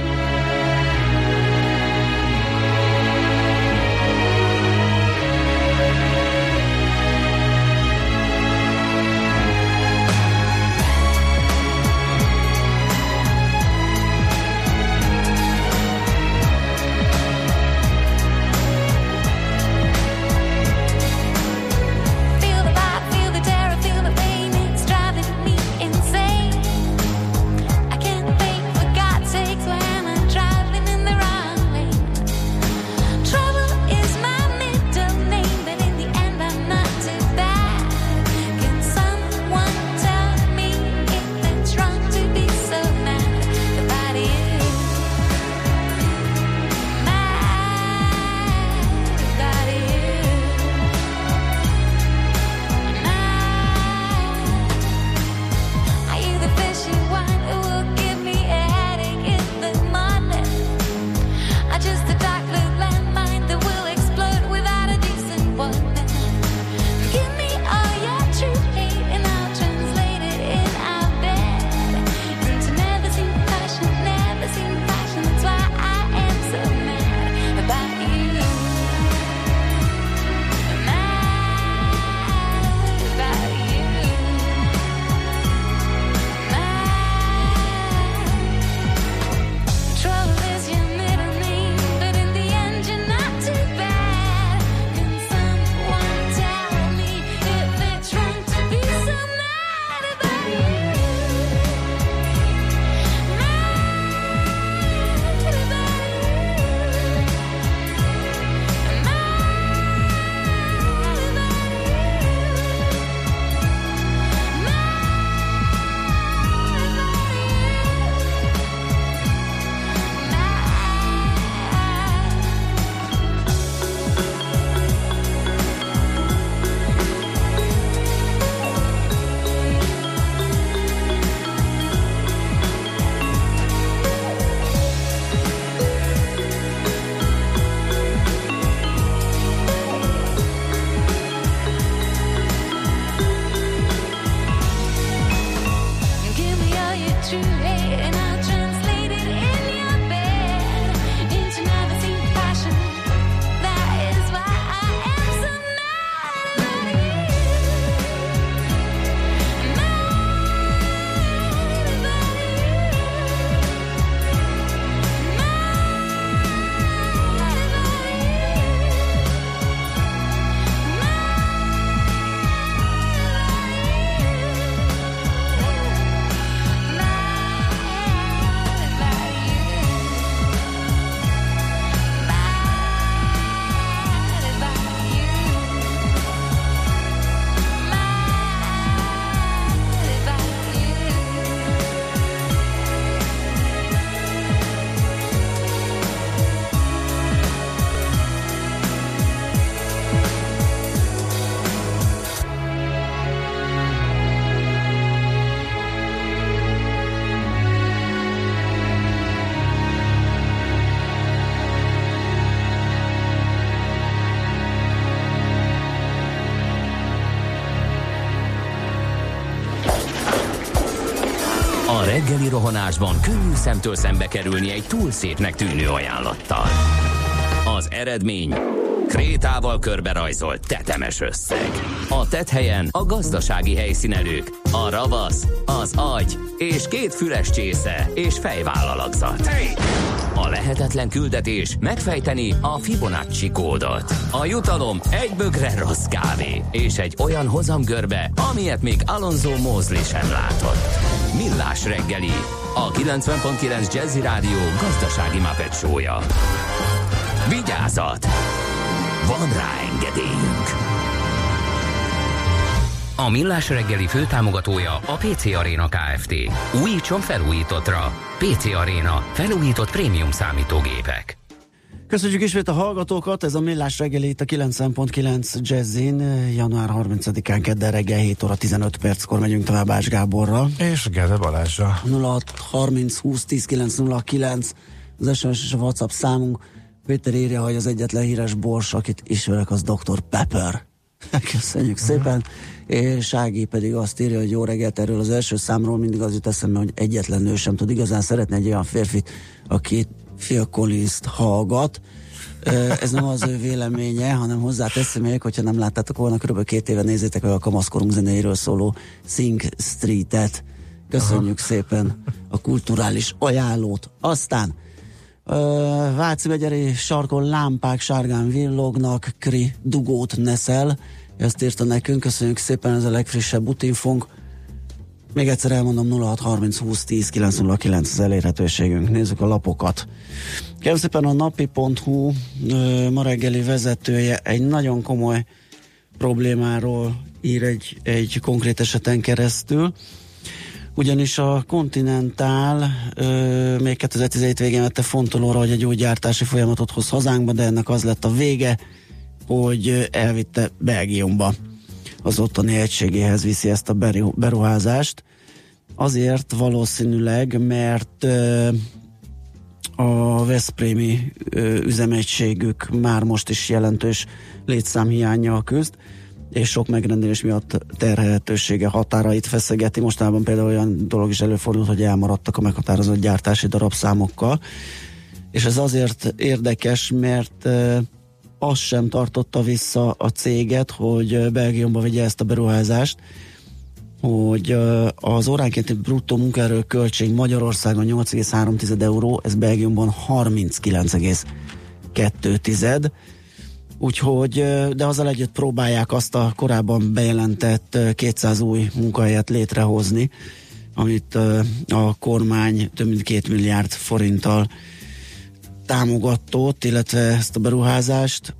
Speaker 1: A reggeli rohanásban könnyű szemtől szembe kerülni egy túl szépnek tűnő ajánlattal. Az eredmény krétával körberajzolt tetemes összeg. A tetthelyen a gazdasági helyszínelők, a ravasz, az agy és két füles csésze és fejvállalakzat. A lehetetlen küldetés megfejteni a Fibonacci kódot. A jutalom egy bögre rossz kávé és egy olyan hozamgörbe, amilyet még Alonso Mosley sem látott. Millás reggeli, a kilencven pont kilenc Jazzy Rádió gazdasági Muppet show-ja. Vigyázat! Van rá engedélyünk! A Millás reggeli főtámogatója a pé cé Arena Kft. Újítson felújítottra. pé cé Arena. Felújított prémium számítógépek.
Speaker 4: Köszönjük ismét a hallgatókat, ez a Millás reggeli itt a kilencven pont kilenc Jazzin, január harmincadikán kedden reggel hét óra tizenöt perckor megyünk tovább Ács Gáborral.
Speaker 5: És Gede Balázsra.
Speaker 4: nulla hat harminc húsz tíz kilenc nulla kilenc az es em es és a WhatsApp számunk. Péter írja, hogy az egyetlen híres bors, akit ismerek, az doktor Pepper. Köszönjük uh-huh. szépen. És Ági pedig azt írja, hogy jó reggelt, erről az első számról mindig az jut eszembe, hogy egyetlen nő sem tud igazán szeretni egy olyan férfit, aki Phil Collins-t hallgat. Ez nem az ő véleménye, hanem hozzáteszem még, hogyha nem láttátok volna, kb. két éve nézzétek meg a kamaszkorunk zenéiről szóló Sing Street-et. Köszönjük Aha. szépen a kulturális ajánlót. Aztán Váci megyeri sarkon lámpák sárgán villognak, Kri dugót neszel. Ezt írta nekünk, köszönjük szépen, ez a legfrissebb útinfónk. Még egyszer elmondom, nulla hat harminc húsz tíz kilenc nulla kilenc az elérhetőségünk. Nézzük a lapokat. Kérem szépen, a napi pont hu ma reggeli vezetője egy nagyon komoly problémáról ír egy, egy konkrét eseten keresztül. Ugyanis a Continental ö, még kétezer-tizenhét végén vette fontolóra, hogy egy új gyártási folyamatot hoz hazánkba, de ennek az lett a vége, hogy elvitte Belgiumba. Az ottani egységéhez viszi ezt a beruházást. Azért valószínűleg, mert ö, a veszprémi ö, üzemegységük már most is jelentős létszámhiánnyal küzd, és sok megrendelés miatt terhelhetősége határait feszegeti. Mostában például olyan dolog is előfordult, hogy elmaradtak a meghatározott gyártási darabszámokkal. És ez azért érdekes, mert ö, az sem tartotta vissza a céget, hogy Belgiumba vigye ezt a beruházást, hogy az óránkénti bruttó munkaerő költség Magyarországon nyolc egész három euró, ez Belgiumban harminckilenc egész kettő. Úgyhogy, de azzal együtt próbálják azt a korábban bejelentett kétszáz új munkahelyet létrehozni, amit a kormány több mint két milliárd forinttal támogatót, illetve ezt a beruházást.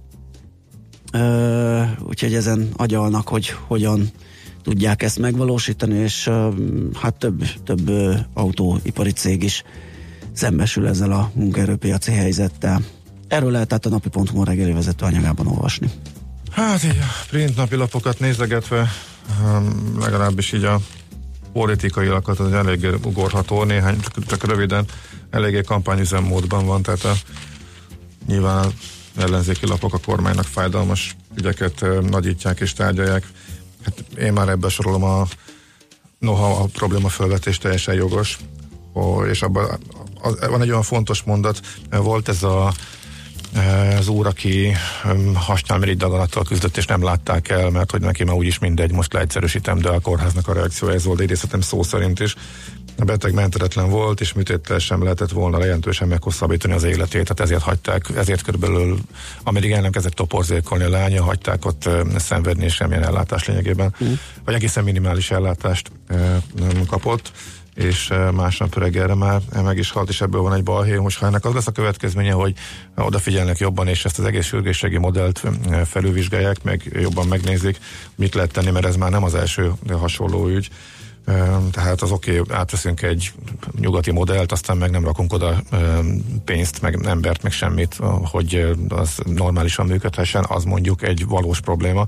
Speaker 4: Uh, úgyhogy ezen agyalnak, hogy hogyan tudják ezt megvalósítani, és uh, hát több, több uh, autóipari cég is szembesül ezzel a munkaerőpiaci helyzettel. Erről lehet tehát a napi pont hu reggeli vezető anyagában olvasni.
Speaker 5: Hát így a print napilapokat nézegetve, um, legalábbis így a politikai lakat az eléggé ugorható, néhány, csak, csak röviden, eléggé kampányüzemmódban van, tehát a, nyilván az ellenzéki lapok a kormánynak fájdalmas ügyeket uh, nagyítják és tárgyalják. Hát én már ebbe sorolom a noha a probléma felvetés teljesen jogos, oh, és abban az, van egy olyan fontos mondat, volt ez a az úr, aki um, hasnyálmirigy daganattal küzdött, és nem látták el, mert hogy neki már úgyis mindegy, most leegyszerűsítem, de a kórháznak a reakciója ez volt, de idézhetem szó szerint is. A beteg menthetetlen volt, és műtéttel sem lehetett volna jelentősen meghosszabbítani az életét, tehát ezért hagyták, ezért körülbelül, ameddig el nem kezdett toporzékolni a lánya, hagyták ott uh, szenvedni, és semmilyen ellátás lényegében, mm. vagy egészen minimális ellátást uh, nem kapott, és másnap reggelre már meg is halt, és ebből van egy balhé. Most ha ennek az lesz a következménye, hogy odafigyelnek jobban, és ezt az egész sürgősségi modellt felülvizsgálják, meg jobban megnézik, mit lehet tenni, mert ez már nem az első hasonló ügy. Tehát az oké, okay, átveszünk egy nyugati modellt, aztán meg nem rakunk oda pénzt, meg embert, meg semmit, hogy az normálisan működhessen, az mondjuk egy valós probléma.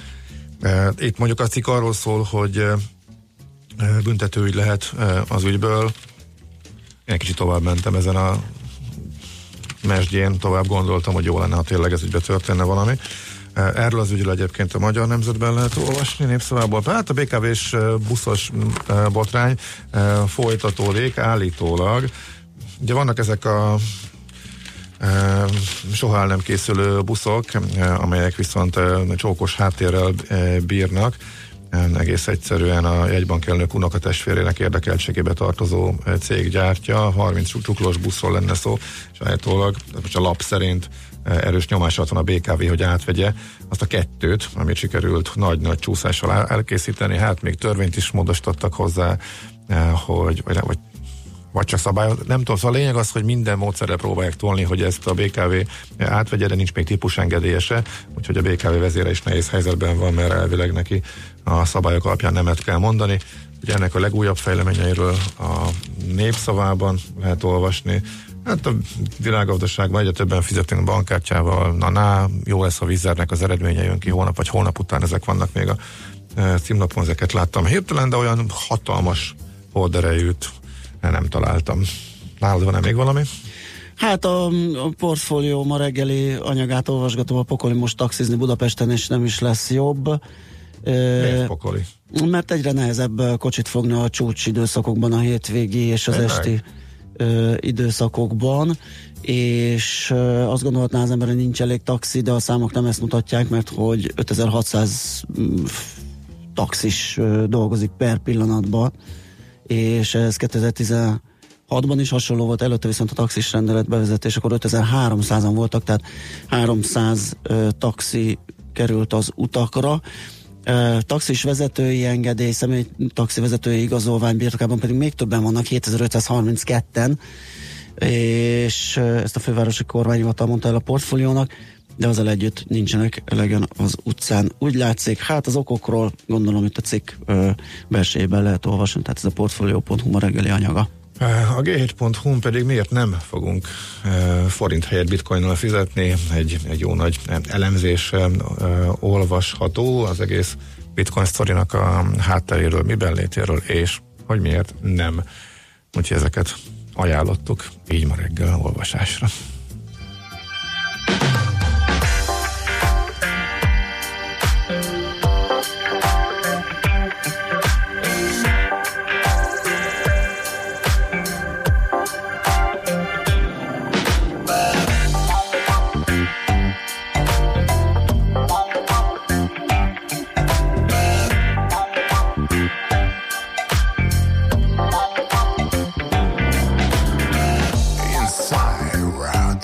Speaker 5: Itt mondjuk a cikk arról szól, hogy büntetőügy lehet az ügyből. Én kicsit tovább mentem ezen a mesdjén, tovább gondoltam, hogy jó lenne, ha tényleg ez ügybe történne valami. Erről az ügyről egyébként a Magyar Nemzetben lehet olvasni népszavából. Hát a bé ká vés buszos botrány folytatódik állítólag. Ugye vannak ezek a soha el nem készülő buszok, amelyek viszont csókos háttérrel bírnak. Egész egyszerűen a jegybankelnök unokatestvérének érdekeltségébe tartozó cég gyártja, harminc csuklós buszról lenne szó, és állítólag most a lap szerint erős nyomás alatt van a bé ká vé, hogy átvegye azt a kettőt, amit sikerült nagy-nagy csúszással elkészíteni, hát még törvényt is módosítottak hozzá, hogy vagy, vagy vagy csak szabályot. Nem tudom, szóval a lényeg az, hogy minden módszerrel próbálják tolni, hogy ezt a bé ká vé átvegye, de nincs még típusengedélyese, úgyhogy a bé ká vé vezére is nehéz helyzetben van, mert elvileg neki a szabályok alapján nemet kell mondani. Ugye ennek a legújabb fejleményeiről a Népszavában lehet olvasni, Hát a világgazdaságban egyre többen fizetünk bankkártyával, na, na jó lesz a Vizernek az eredménye, jön ki holnap vagy holnap után, ezek vannak még a e, címlapon, ezeket láttam hirtelen, de olyan hatalmas horderejűt nem találtam. Nálad van-e még valami?
Speaker 4: Hát a, a portfólió ma reggeli anyagát olvasgatom, a pokoli most taxizni Budapesten, és nem is lesz jobb.
Speaker 5: Miért pokoli?
Speaker 4: Mert egyre nehezebb kocsit fogni a csúcs időszakokban, a hétvégi és az
Speaker 5: Tényleg?
Speaker 4: esti ö, időszakokban, és ö, azt gondolhatná az ember, hogy nincs elég taxi, de a számok nem ezt mutatják, mert hogy ötezer-hatszáz taxis ö, dolgozik per pillanatban, és ez kétezer-tizenhatban is hasonló volt, előtte viszont a taxis rendelet bevezetésekor ötezer-háromszázan voltak, tehát háromszáz ö, taxi került az utakra. Uh, taxis vezetői engedély, személy taxi vezetői igazolvány birtokában pedig még többen vannak, hétezer-ötszázharmincketten, és uh, ezt a fővárosi kormányhivatal mondta el a portfóliónak, de azzal együtt nincsenek elegen az utcán. Úgy látszik, hát az okokról gondolom itt a cikk uh, belsejében lehet olvasni, tehát ez a portfolio pont hu ma reggeli anyaga.
Speaker 5: A gé hét pont hu pedig miért nem fogunk uh, forint helyett bitcoinnal fizetni, egy, egy jó nagy elemzés uh, olvasható az egész bitcoin sztorinak a hátteréről, miben létéről, és hogy miért nem. Úgyhogy ezeket ajánlottuk így ma reggel olvasásra.
Speaker 8: Inside, around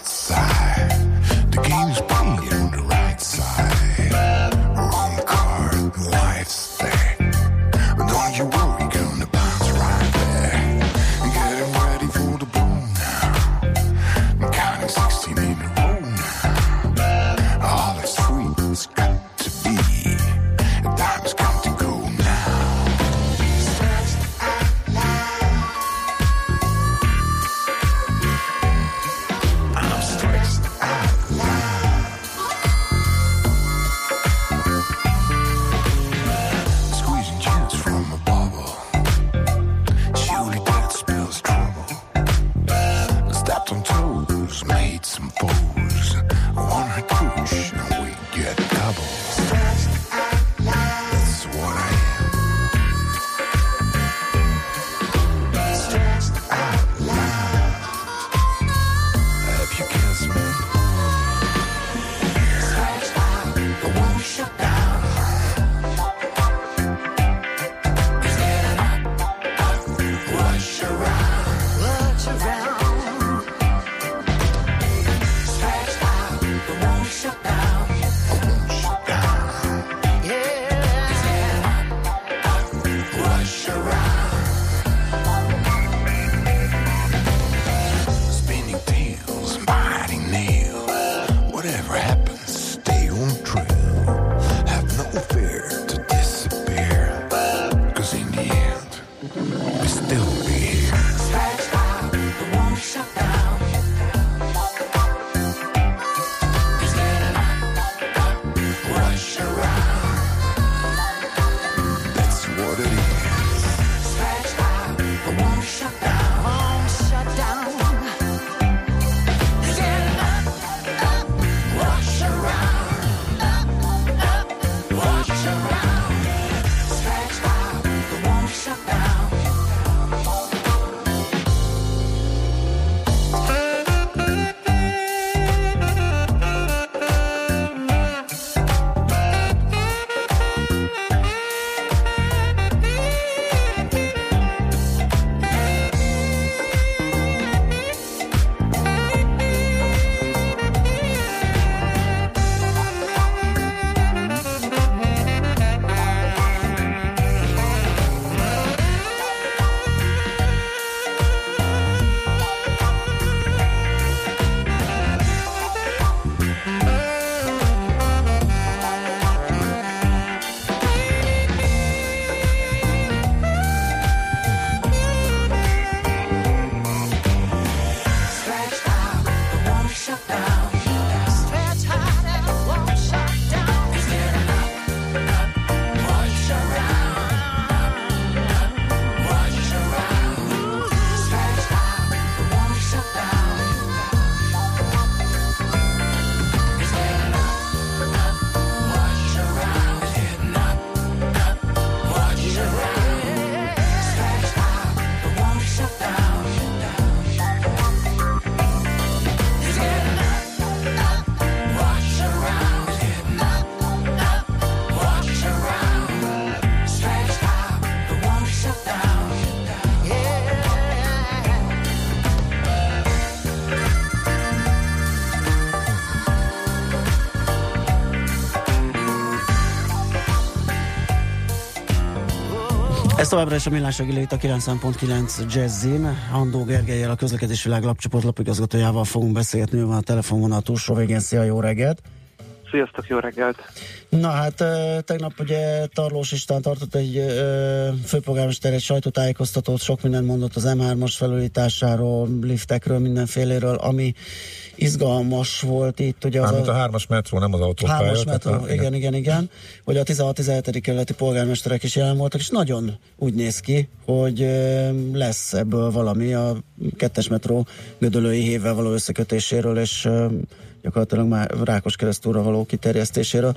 Speaker 4: Ez továbbra is a Millás reggeli itt a kilencven pont kilenc Jazzin. Andó Gergellyel, a Közlekedési Világ lapcsoport lapigazgatójával fogunk beszélgetni, ő van a telefonvonal túlsó végén. Szia, jó reggelt!
Speaker 8: Sziasztok, jó reggelt!
Speaker 4: Na hát tegnap ugye Tarlós István tartott egy főpolgármester egy sajtótájékoztatót, sok mindent mondott az em hármas felújításáról, liftekről, mindenféléről, ami izgalmas volt itt. Ugye az
Speaker 5: Mármint a hármas metró, nem az autópálya.
Speaker 4: Hármas metró,
Speaker 5: a,
Speaker 4: igen, igen, igen. Hogy a tizenhat tizenhetedik kerületi polgármesterek is jelen voltak, és nagyon úgy néz ki, hogy lesz ebből valami a kettes metró Gödöllői hévvel való összekötéséről, és gyakorlatilag már Rákoskeresztúra való kiterjesztéséről.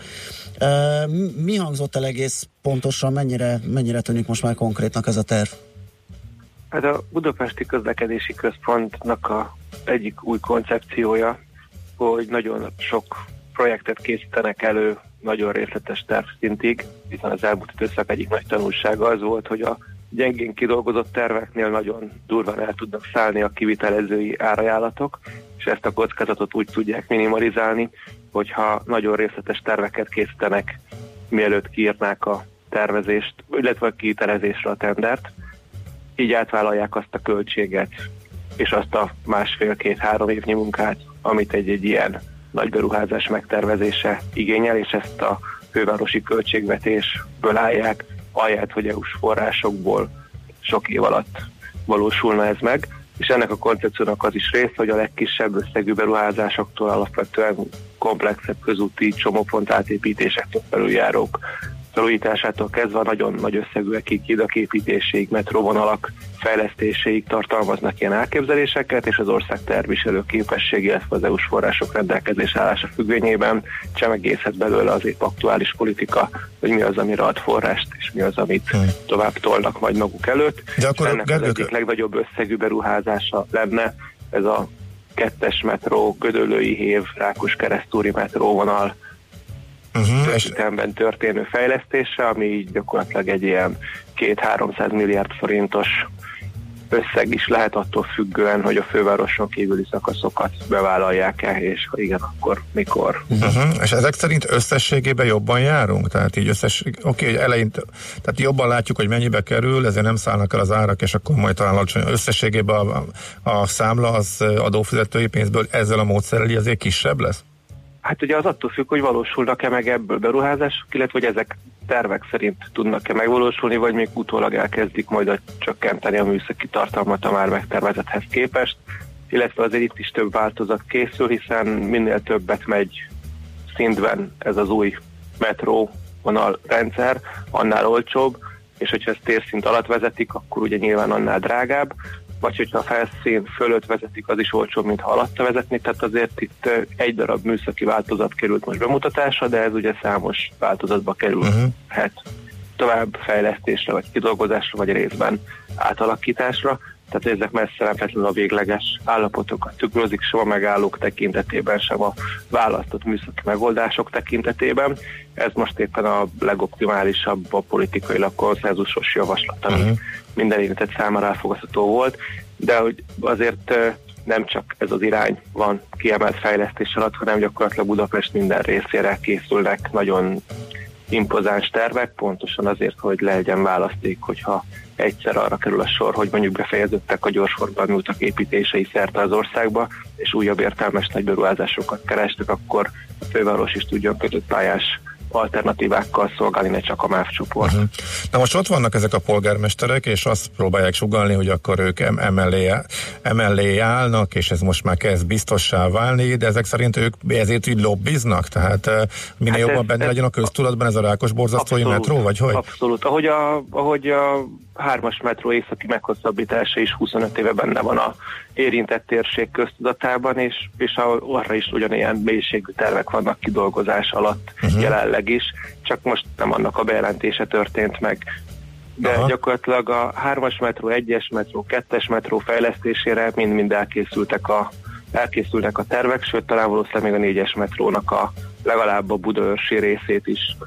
Speaker 4: Mi hangzott el egész pontosan, mennyire, mennyire tűnik most már konkrétnak ez a terv?
Speaker 8: Hát a Budapesti Közlekedési Központnak a egyik új koncepciója, hogy nagyon sok projektet készítenek elő nagyon részletes tervszintig, hiszen az elmúlt időszak egyik nagy tanulsága az volt, hogy a gyengén kidolgozott terveknél nagyon durván el tudnak szállni a kivitelezői árajánlatok, és ezt a kockázatot úgy tudják minimalizálni, hogyha nagyon részletes terveket készítenek, mielőtt kiírnák a tervezést, illetve a kivitelezésre a tendert, így átvállalják azt a költséget, és azt a másfél-két-három évnyi munkát, amit egy-egy ilyen nagy beruházás megtervezése igényel, és ezt a fővárosi költségvetésből állják, ahelyett, hogy é u-s forrásokból sok év alatt valósulna ez meg, és ennek a koncepciónak az is része, hogy a legkisebb összegű beruházásoktól alapvetően komplexebb közúti csomópont átépítésektől, felüljárók felújításától kezdve nagyon nagy összegűekig, hidak építéséig, metróvonalak fejlesztéséig tartalmaznak ilyen elképzeléseket, és az ország tervviselő képesség, illetve az é u-s források rendelkezés állása függvényében csemegészhet belőle az épp aktuális politika, hogy mi az, amire ad forrást, és mi az, amit hmm. tovább tolnak majd maguk előtt. De akkor ennek az egyik legnagyobb összegű beruházása lenne ez a kettes metró, Gödöllői hév, Rákoskeresztúri metróvonal
Speaker 5: Uh-huh,
Speaker 8: és ütemben történő fejlesztése, ami így gyakorlatilag egy ilyen két-háromszáz milliárd forintos összeg is lehet attól függően, hogy a fővároson kívüli szakaszokat bevállalják-e, és ha igen, akkor mikor.
Speaker 5: Uh-huh. És ezek szerint összességében jobban járunk? Tehát így összesség, oké, okay, elején, tehát jobban látjuk, hogy mennyibe kerül, ezért nem szállnak el az árak, és akkor majd talán alacsony. Összességében a, a számla az adófizetői pénzből ezzel a módszerrel azért kisebb lesz?
Speaker 8: Hát ugye az attól függ, hogy valósulnak-e meg ebből beruházások, illetve hogy ezek tervek szerint tudnak-e megvalósulni, vagy még utólag elkezdik majd a csökkenteni a műszaki tartalmat a már megtervezethez képest, illetve azért itt is több változat készül, hiszen minél többet megy szintben ez az új metróvonal rendszer, annál olcsóbb, és hogyha ezt térszint alatt vezetik, akkor ugye nyilván annál drágább, vagy hogyha a felszín fölött vezetik, az is olcsóbb, mint ha alatta vezetni, tehát azért itt egy darab műszaki változat került most bemutatásra, de ez ugye számos változatba kerülhet uh-huh. tovább fejlesztésre, vagy kidolgozásra, vagy részben átalakításra, tehát ezek messze nem feltétlenül a végleges állapotokat tükrözik, sem a megállók tekintetében, sem a választott műszaki megoldások tekintetében. Ez most éppen a legoptimálisabb, a politikailag konszenzusos javaslat, ami uh-huh. minden érintett számára elfogadható volt, de hogy azért nem csak ez az irány van kiemelt fejlesztés alatt, hanem gyakorlatilag Budapest minden részére készülnek nagyon impozáns tervek, pontosan azért, hogy legyen választék, hogyha egyszer arra kerül a sor, hogy mondjuk befejeződtek a gyorsforgalmi utak építései szerte az országba, és újabb értelmes nagy beruházásokat kerestek, akkor a főváros is tudjon kötött pályás alternatívákkal szolgálni, ne csak a MÁV csoport. Uh-huh.
Speaker 5: Na most ott vannak ezek a polgármesterek, és azt próbálják sugallni, hogy akkor ők emellé, emellé állnak, és ez most már kezd biztossá válni, de ezek szerint ők ezért így lobbiznak? Tehát minél hát jobban ez, benne ez, legyen a köztudatban ez a rákos borzasztói abszolút, metró, vagy hogy?
Speaker 8: Abszolút. Ahogy a, ahogy a hármas metró északi meghosszabbítása is huszonöt éve benne van a érintett térség köztudatában, és, és arra is ugyanilyen mélységű tervek vannak kidolgozás alatt uh-huh. jelenleg is, csak most nem annak a bejelentése történt meg. De aha. gyakorlatilag a hármas metró, egyes metró, kettes metró fejlesztésére mind-mind elkészültek a, elkészülnek a tervek, sőt talán valószínűleg még a négyes metrónak a legalább a budaörsi részét is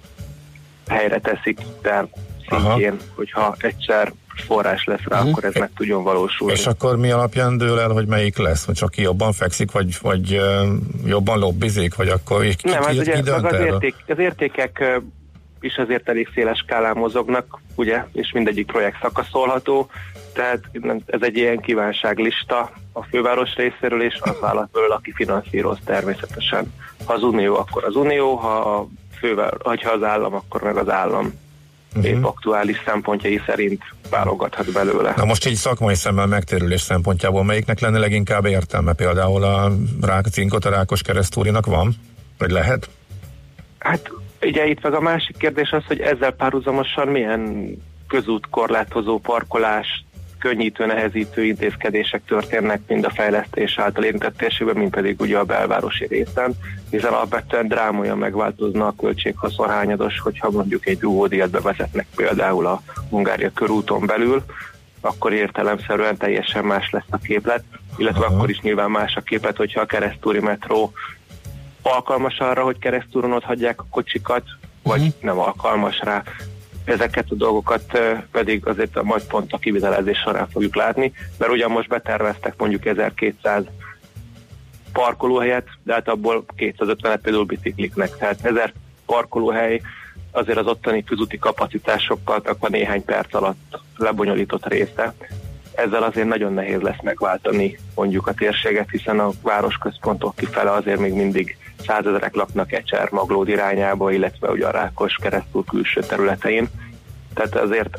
Speaker 8: helyre teszik terv szintjén, aha. hogyha egyszer forrás lesz rá, uh-huh. akkor ez meg tudjon valósulni.
Speaker 5: És akkor mi alapján dől el, hogy melyik lesz? Vagy csak ki jobban fekszik, vagy, vagy uh, jobban lobbizik, vagy akkor ki,
Speaker 8: nem,
Speaker 5: ki,
Speaker 8: hát
Speaker 5: ki,
Speaker 8: ugye,
Speaker 5: ki dönt
Speaker 8: az, érték, az értékek uh, is azért elég széles skálán mozognak, ugye, és mindegyik projekt szakaszolható, tehát ez egy ilyen kívánságlista a főváros részéről, és az vállalt belőle, aki finanszíroz természetesen. Ha az Unió, akkor az Unió, ha, a főváros, ha az állam, akkor meg az állam. Uh-huh. Épp aktuális szempontjai szerint válogathat belőle.
Speaker 5: Na most így szakmai szemmel megtérülés szempontjából melyiknek lenne leginkább értelme? Például a rák, cinkot a Rákos keresztúrinak van? Vagy lehet?
Speaker 8: Hát ugye itt meg a másik kérdés az, hogy ezzel párhuzamosan milyen közútkorlátozó parkolás, könnyítő, nehezítő intézkedések történnek mind a fejlesztés által érintett térségben, mind pedig ugye a belvárosi részen, hiszen alapvetően drámaian megváltozna a költséghaszonhányados, hogyha mondjuk egy dugódíjat bevezetnek például a Hungária körúton belül, akkor értelemszerűen teljesen más lesz a képlet, illetve aha. akkor is nyilván más a képlet, hogyha a keresztúri metró alkalmas arra, hogy keresztúron ott hagyják a kocsikat, vagy uh-huh. nem alkalmas rá. Ezeket a dolgokat pedig azért majd pont a kivitelezés során fogjuk látni, mert ugyan most beterveztek mondjuk ezerkétszáz parkolóhelyet, de hát abból kétszázötvenet például bicikliknek. Tehát ezer parkolóhely azért az ottani közúti kapacitásokkal a néhány perc alatt lebonyolított része. Ezzel azért nagyon nehéz lesz megváltani mondjuk a térséget, hiszen a városközpontok kifele azért még mindig százezerek laknak Ecser, Maglód irányába, illetve ugye a Rákos keresztúr külső területein. Tehát azért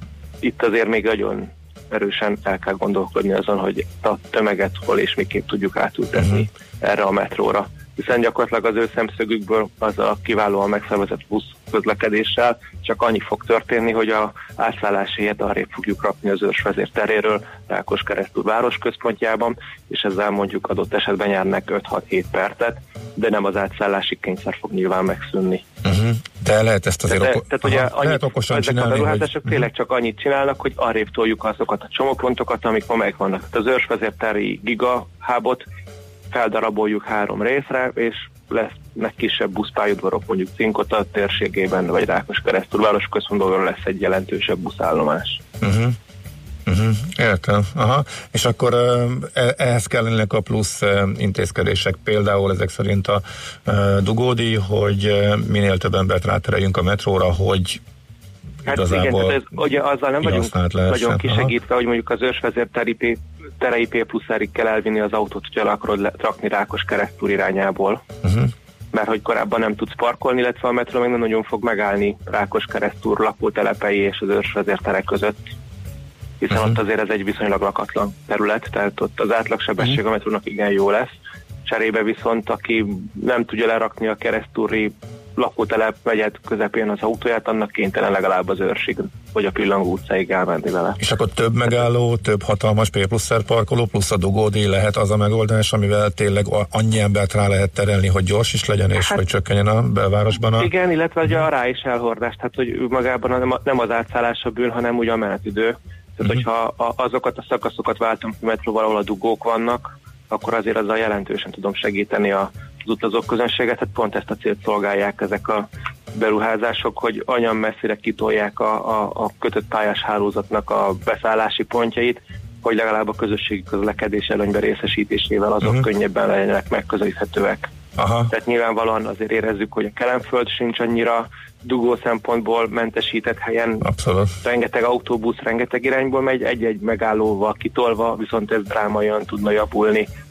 Speaker 8: itt azért még nagyon erősen el kell gondolkodni azon, hogy a tömeget hol és miképp tudjuk átültetni uh-huh. erre a metróra. Hiszen gyakorlatilag az ő szemszögükből az a kiválóan megszervezett busz közlekedéssel csak annyi fog történni, hogy a átszállási helyet arrébb fogjuk rakni az Őrs vezérteréről Rákos keresztúr városközpontjában, és ezzel mondjuk adott esetben nyernek öt-hat-hét percet, de nem az átszállási kényszer fog nyilván megszűnni. Uh-huh.
Speaker 5: De lehet ezt azért
Speaker 8: de,
Speaker 5: oko-
Speaker 8: tehát ugye
Speaker 5: aha, lehet okosan
Speaker 8: ezek
Speaker 5: csinálni,
Speaker 8: a beruházások
Speaker 5: hogy...
Speaker 8: tényleg csak annyit csinálnak, hogy arrébb toljuk azokat a csomópontokat, amik ma megvannak. Tehát az Őrs vezérteri gigahábot feldaraboljuk három részre, és lesznek kisebb buszpályaudvarok, mondjuk Cinkota térségében, vagy Rákos keresztúr városközpontból lesz egy jelentősebb buszállomás. Uh-huh.
Speaker 5: Uh-huh. Értem. Aha. És akkor uh, ehhez kellenek a plusz uh, intézkedések, például ezek szerint a uh, dugódíj, hogy uh, minél több embert rátereljünk a metróra, hogy
Speaker 8: hát
Speaker 5: igazából
Speaker 8: igen, ez, ugye azzal nem vagyunk
Speaker 5: lehessen.
Speaker 8: nagyon kisegítve, hogy mondjuk az őrsvezérteri terei P pluszárig kell elvinni az autót, hogy el akarod rakni Rákos keresztúr irányából. Uh-huh. Mert hogy korábban nem tudsz parkolni, illetve a metró meg nem nagyon fog megállni Rákos keresztúr lakótelepei és az őrsvezérterek között. Hiszen uh-huh. ott azért ez egy viszonylag lakatlan terület, tehát ott az átlagsebesség uh-huh. a metrónak igen jó lesz. Cserébe viszont, aki nem tudja lerakni a keresztúri lakótelep megyet közepén az autóját, annak kénytelen legalább az Őrsig, vagy a Pillangó utcáig elmenni vele.
Speaker 5: És akkor több megálló, több hatalmas P plusz-szer parkoló, plusz a dugódíj lehet az a megoldás, amivel tényleg annyi embert rá lehet terelni, hogy gyors is legyen, és hát, hogy csökkenjen a belvárosban a...
Speaker 8: Igen, illetve ugye a rá is elhordás, tehát hogy ő magában nem az átszállás a bűn, hanem ugye a menetidő. Tehát, uh-huh. hogyha azokat a szakaszokat váltunk ki metróval, ahol a dugók vannak, akkor azért azzal jelentősen tudom segíteni a az utazók közönséget, hát pont ezt a célt szolgálják ezek a beruházások, hogy olyan messzire kitolják a, a, a kötött pályás hálózatnak a beszállási pontjait, hogy legalább a közösségi közlekedés előnyben részesítésével azok uh-huh. könnyebben legyenek megközelíthetőek. Aha. Tehát nyilvánvalóan azért érezzük, hogy a Kelenföld sincs annyira dugó szempontból mentesített helyen.
Speaker 5: Abszolút.
Speaker 8: Rengeteg autóbusz, rengeteg irányból megy, egy-egy megállóval kitolva, viszont ez drámaian tudna javulni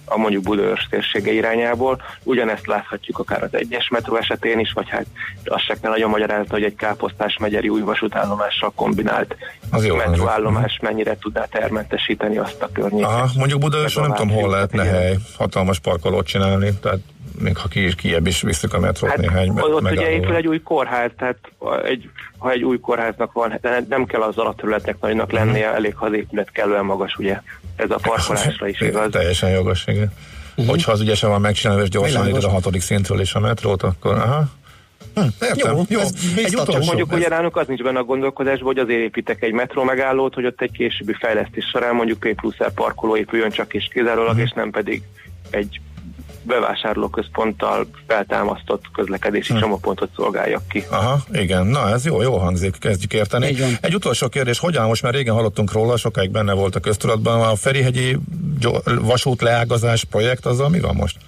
Speaker 8: a mondjuk Budaörs térsége irányából. Ugyanezt láthatjuk akár az egyes metró esetén is, vagy hát azt se kell nagyon magyarázni, hogy egy Káposztás megyeri új vasútállomással kombinált metróállomás mennyire tudná termentesíteni azt a környéket.
Speaker 5: Aha, mondjuk Budaörsen nem tudom, hol lehetne hely hatalmas parkolót csinálni, tehát még ha ki is kiebb is visszük a metrót hát néhány
Speaker 8: meg, ott
Speaker 5: megállóval.
Speaker 8: Ugye épül egy új kórház, tehát egy, ha egy új kórháznak van, de nem kell az alapterületnek nagynak lennie, elég ha az épület kellően magas, ugye ez a parkolásra is igaz.
Speaker 5: Teljesen jogos, igen. Uh-huh. Hogyha az ügyesen van megcsinálva, és gyorsan ide a hatodik szintről is a metrót, akkor aha. Hm, értem, jó, jó. Egy utolsó,
Speaker 8: mondjuk
Speaker 5: ez...
Speaker 8: ugye nálunk az nincs benne a gondolkodásban, hogy azért építek egy metró megállót, hogy ott egy későbbi fejlesztés során mondjuk P plusz R parkoló épüljön csak és kizárólag, uh-huh. és nem pedig egy bevásárlóközponttal feltámasztott közlekedési hmm. csomópontot szolgáljak ki.
Speaker 5: Aha, igen. Na ez jó, jó hangzik, kezdjük érteni. Igen. Egy utolsó kérdés, hogy áll most, már régen hallottunk róla, sokáig benne volt a köztudatban, a Ferihegyi vasút leágazás projekt, azzal mi van most?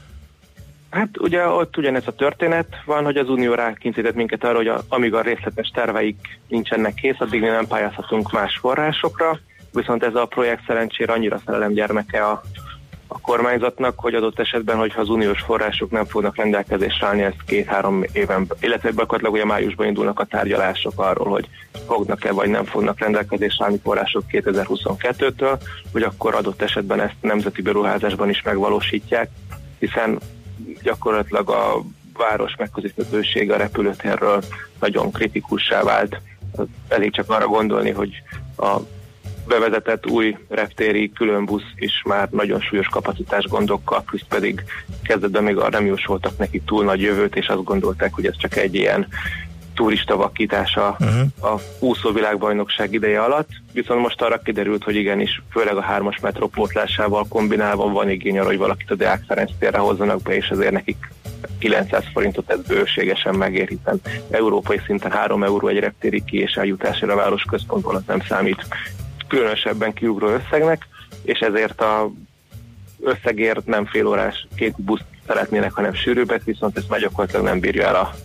Speaker 8: Hát ugye ott ugyanez a történet van, hogy az Unió rákényszerített minket arra, hogy a, amíg a részletes terveik nincsenek kész, addig nem pályázhatunk más forrásokra, viszont ez a projekt szerencsére annyira szerelem gyermeke a a kormányzatnak, hogy adott esetben, hogyha az uniós források nem fognak rendelkezésre állni, ez két-három éven, illetve gyakorlatilag ugye májusban indulnak a tárgyalások arról, hogy fognak-e vagy nem fognak rendelkezésre állni források kétezer-huszonkettőtől, hogy akkor adott esetben ezt nemzeti beruházásban is megvalósítják, hiszen gyakorlatilag a város megközelíthetősége a repülőtérről nagyon kritikussá vált. Elég csak arra gondolni, hogy a bevezetett új reptéri különbusz is már nagyon súlyos kapacitás gondokkal, plusz pedig kezdetben még arra nem jósoltak neki túl nagy jövőt, és azt gondolták, hogy ez csak egy ilyen turista vakítása uh-huh. a úszóvilágbajnokság ideje alatt, viszont most arra kiderült, hogy igenis, főleg a hármas metró pótlásával kombinálva van igény arra, hogy valakit a Deák Ferenc térre hozzanak be, és ezért nekik kilencszáz forintot ez bőségesen megér, hiszen európai szinten három euró egy reptéri ki- és eljutásra a városközpontból az nem számít különösebben kiugró összegnek, és ezért a összegért nem fél órás két buszt szeretnének, hanem sűrűbbet, viszont ezt már gyakorlatilag nem bírja el a,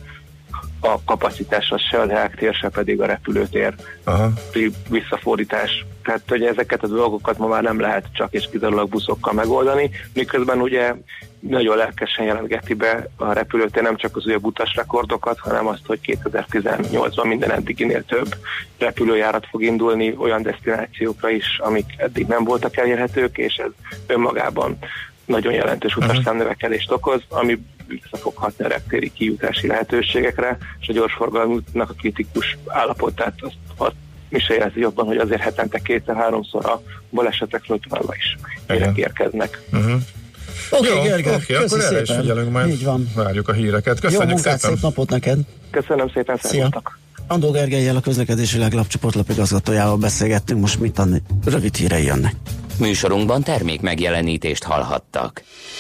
Speaker 8: a kapacitásra se a Deák tér, se pedig a repülőtér Aha. visszafordítás. Tehát, hogy ezeket a dolgokat ma már nem lehet csak és kizárólag buszokkal megoldani, miközben ugye nagyon lelkesen jelentgeti be a repülőtér nem csak az újabb utasrekordokat, hanem azt, hogy kétezer-tizennyolcban minden eddiginél több repülőjárat fog indulni olyan desztinációkra is, amik eddig nem voltak elérhetők, és ez önmagában nagyon jelentős utasszámnövekedést okoz, ami visszafoghatni a reptéri kijutási lehetőségekre, és a gyorsforgalmúnak a kritikus állapotát azt, azt mi se jelzi jobban, hogy azért hetente kétszer-háromszor a balesetekről továbbá is érek érkeznek.
Speaker 5: Uh-huh.
Speaker 4: Oké, okay, Gergely,
Speaker 5: okay, köszi akkor szépen. Figyelünk, majd így van. Várjuk a híreket. Köszönjük
Speaker 4: Jó munkát,
Speaker 5: szépen.
Speaker 4: Szép napot neked.
Speaker 8: Köszönöm szépen, szervusztok.
Speaker 4: Andó Gergellyel, a Közlekedési Leglap csoportlap igazgatójával beszélgettünk, most mit tanni? Rövid hírei jönnek.
Speaker 1: Műsorunkban termék megjelenítést hallhattak.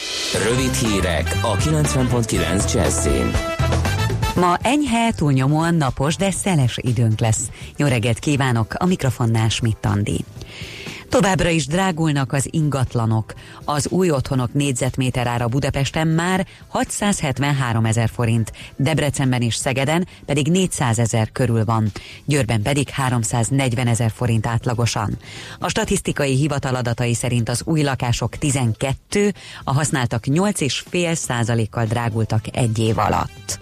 Speaker 1: Rövid hírek a kilencven pont kilenc Jazzin.
Speaker 7: Ma enyhe, túlnyomóan napos, de szeles időnk lesz. Jó reggelt kívánok, a mikrofonnál Schmidt Andi. Továbbra is drágulnak az ingatlanok. Az új otthonok négyzetméter ára Budapesten már hatszázhetvenháromezer forint, Debrecenben és Szegeden pedig négyszázezer körül van, Győrben pedig háromszáznegyvenezer forint átlagosan. A statisztikai hivatal adatai szerint az új lakások tizenkettő, a használtak nyolc egész öt százalékkal drágultak egy év alatt.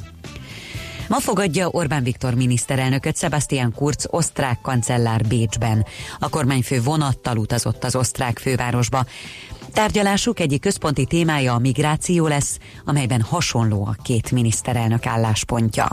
Speaker 7: Ma fogadja Orbán Viktor miniszterelnököt Sebastian Kurz osztrák kancellár Bécsben. A kormányfő vonattal utazott az osztrák fővárosba. Tárgyalásuk egyik központi témája a migráció lesz, amelyben hasonló a két miniszterelnök álláspontja.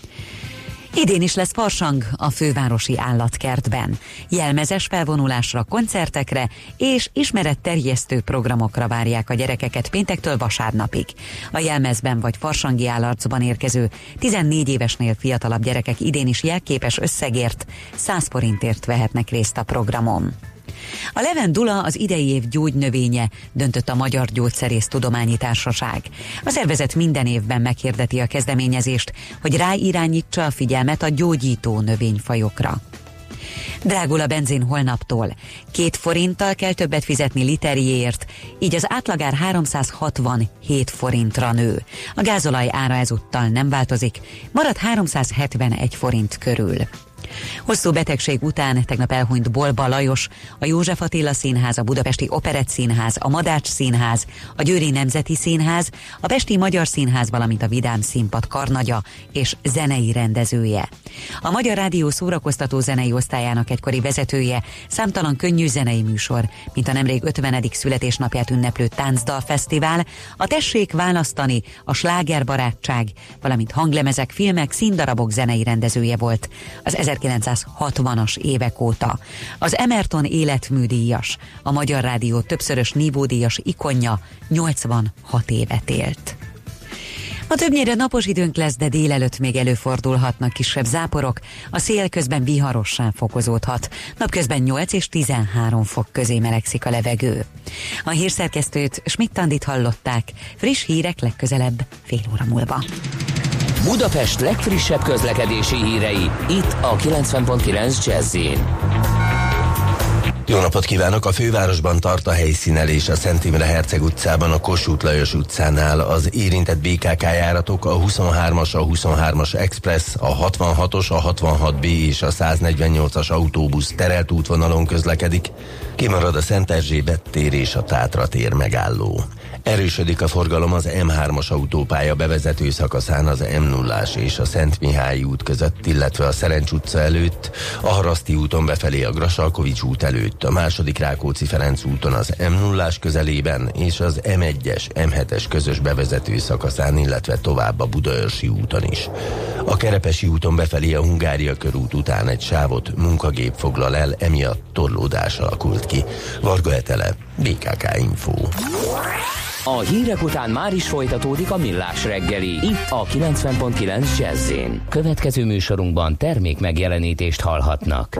Speaker 7: Idén is lesz farsang a fővárosi állatkertben. Jelmezes felvonulásra, koncertekre és ismeretterjesztő programokra várják a gyerekeket péntektől vasárnapig. A jelmezben vagy farsangi állarcban érkező tizennégy évesnél fiatalabb gyerekek idén is jelképes összegért, száz forintért vehetnek részt a programon. A levendula az idei év gyógynövénye, döntött a Magyar Gyógyszerész Tudományi Társaság. A szervezet minden évben meghirdeti a kezdeményezést, hogy ráirányítsa a figyelmet a gyógyító növényfajokra. Drágul a benzin holnaptól. Két forinttal kell többet fizetni literjéért, így az átlagár háromszázhatvanhét forintra nő. A gázolaj ára ezúttal nem változik, marad háromszázhetvenegy forint körül. Hosszú betegség után tegnap elhunyt Bolba Lajos, a József Attila Színház, a Budapesti Operett Színház, a Madács Színház, a Győri Nemzeti Színház, a Pesti Magyar Színház, valamint a Vidám Színpad karnagya és zenei rendezője. A Magyar Rádió szórakoztató zenei osztályának egykori vezetője, számtalan könnyű zenei műsor, mint a nemrég ötvenedik születésnapját ünneplő Táncdalfesztivál, a Tessék választani, a Slágerbarátság, valamint hanglemezek, filmek, színdarabok zenei rendezője volt az ezerkilencszázhatvanas évek óta. Az Emerton életműdíjas, a Magyar Rádió többszörös nívódíjas ikonja nyolcvanhat évet élt. Ma többnyire napos időnk lesz, de délelőtt még előfordulhatnak kisebb záporok, a szél közben viharossá fokozódhat. Napközben nyolc és tizenhárom fok közé melegszik a levegő. A hírszerkesztőt, Schmidt-Tandit hallották, friss hírek legközelebb fél óra múlva.
Speaker 1: Budapest legfrissebb közlekedési hírei, itt a kilencven pont kilenc Jazz-in.
Speaker 9: Jó napot kívánok! A fővárosban tart a helyszínelés a Szent Imre Herceg utcában, a Kossuth Lajos utcánál. Az érintett bé ká ká járatok a huszonhármas, a huszonhármas Express, a hatvanhatos, a hatvanhat B és a száznegyvennyolcas autóbusz terelt útvonalon közlekedik. Kimarad a Szent Erzsébet tér és a Tátra tér megálló. Erősödik a forgalom az M hármas autópálya bevezető szakaszán az M nullás és a Szent Mihály út között, illetve a Szerencs utca előtt, a Haraszti úton befelé a Grassalkovich út előtt, a második Rákóczi-Ferenc úton az M nullás közelében és az M egyes, M hetes közös bevezető szakaszán, illetve tovább a Budaörsi úton is. A Kerepesi úton befelé a Hungária körút után egy sávot munkagép foglal el, emiatt torlódás alakult ki. Varga Etele, bé ká ká Info.
Speaker 1: A hírek után már is folytatódik a Millás reggeli, itt a kilencven pont kilenc Jazz-in. Következő műsorunkban termék megjelenítést hallhatnak.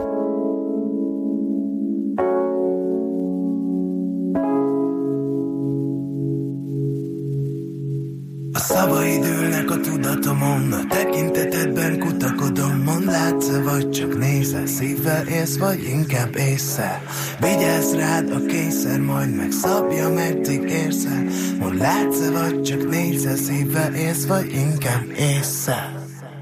Speaker 10: A szavaid ülnek a tudatomon, a tekintetedben kutakodom. Mondd, látsz-e, vagy csak nézel, szívvel élsz, vagy inkább ésszel. Vigyázz rád a kényszer, majd megszabja, meddig érsz el. Mondd, látsz-e, vagy csak nézel, szívvel élsz, vagy inkább ésszel.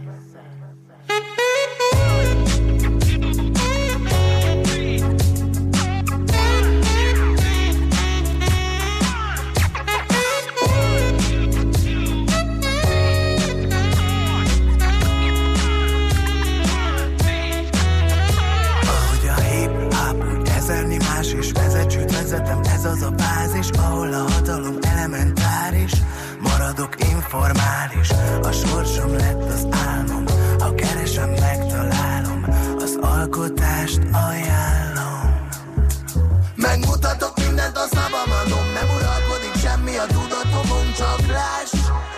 Speaker 10: Formális, a sorsom lett az álmom. Ha keresem, megtalálom, az alkotást ajánlom. Megmutatok mindent, a szavam adom, nem uralkodik semmi a tudatomon, csak láss.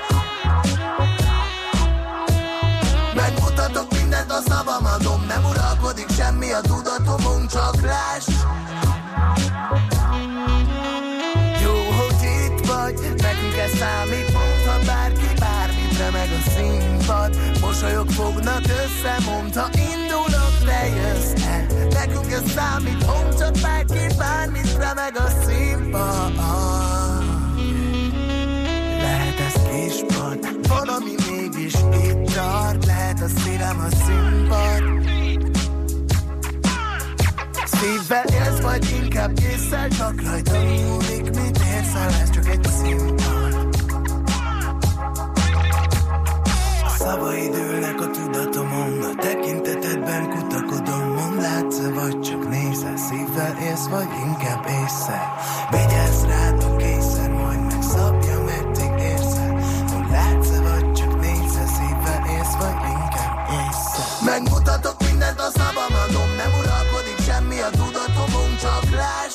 Speaker 10: Megmutatok mindent, a szavam adom, nem uralkodik semmi a tudatomon, csak láss. Jó, hogy itt vagy, nekünk ez számít. Mondta bárki bármit, remeg a színpad. Mosolyok fognak össze, mondta indulok, te jössz el. Nekünk ez számít, mondta bárki bármit, remeg a színpad. Lehet ez kispad, van ami mégis itt tart. Lehet a szívem a színpad. Szívvel élsz, vagy inkább észszel, csak rajta múlik, mit érsz el, ez csak egy színpad. A szavaid ülnek a tudatomon, a tekintetedben kutakodom. Mondd, látsz-e, vagy csak nézel, szívvel élsz, vagy inkább ésszel. Vigyázz rád a kényszer, majd megszabja, meddig érsz el. Mondd, látsz-e, vagy csak nézel, szívvel élsz, vagy inkább ésszel. Megmutatok mindent, a szavam adom, nem uralkodik semmi a tudatomon, csak láss.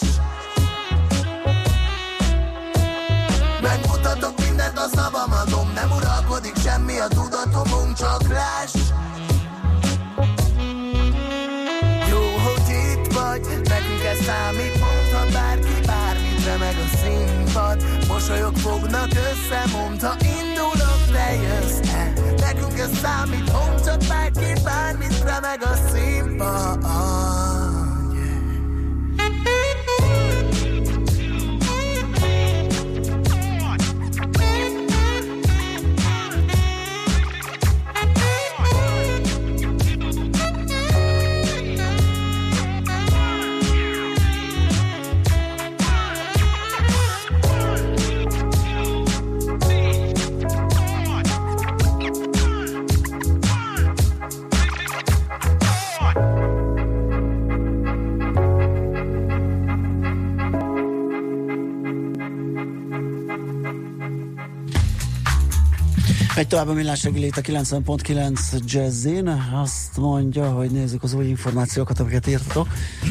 Speaker 10: Megmutatok mindent, a szavam adom, nem uralkodik semmi a tudatomon, csak láss. Jó, hogy itt vagy, nekünk ez számít. Mondta bárki bármit, remeg a színpad. Mosolyok fognak össze, mondta indulok, te jössz el. Nekünk ez számít, mondta bárki bármit, remeg a színpad.
Speaker 4: Egy további millás reggeli itt a kilencven pont kilenc Jazzin. Azt mondja, hogy nézzük az új információkat, amiket írtatok.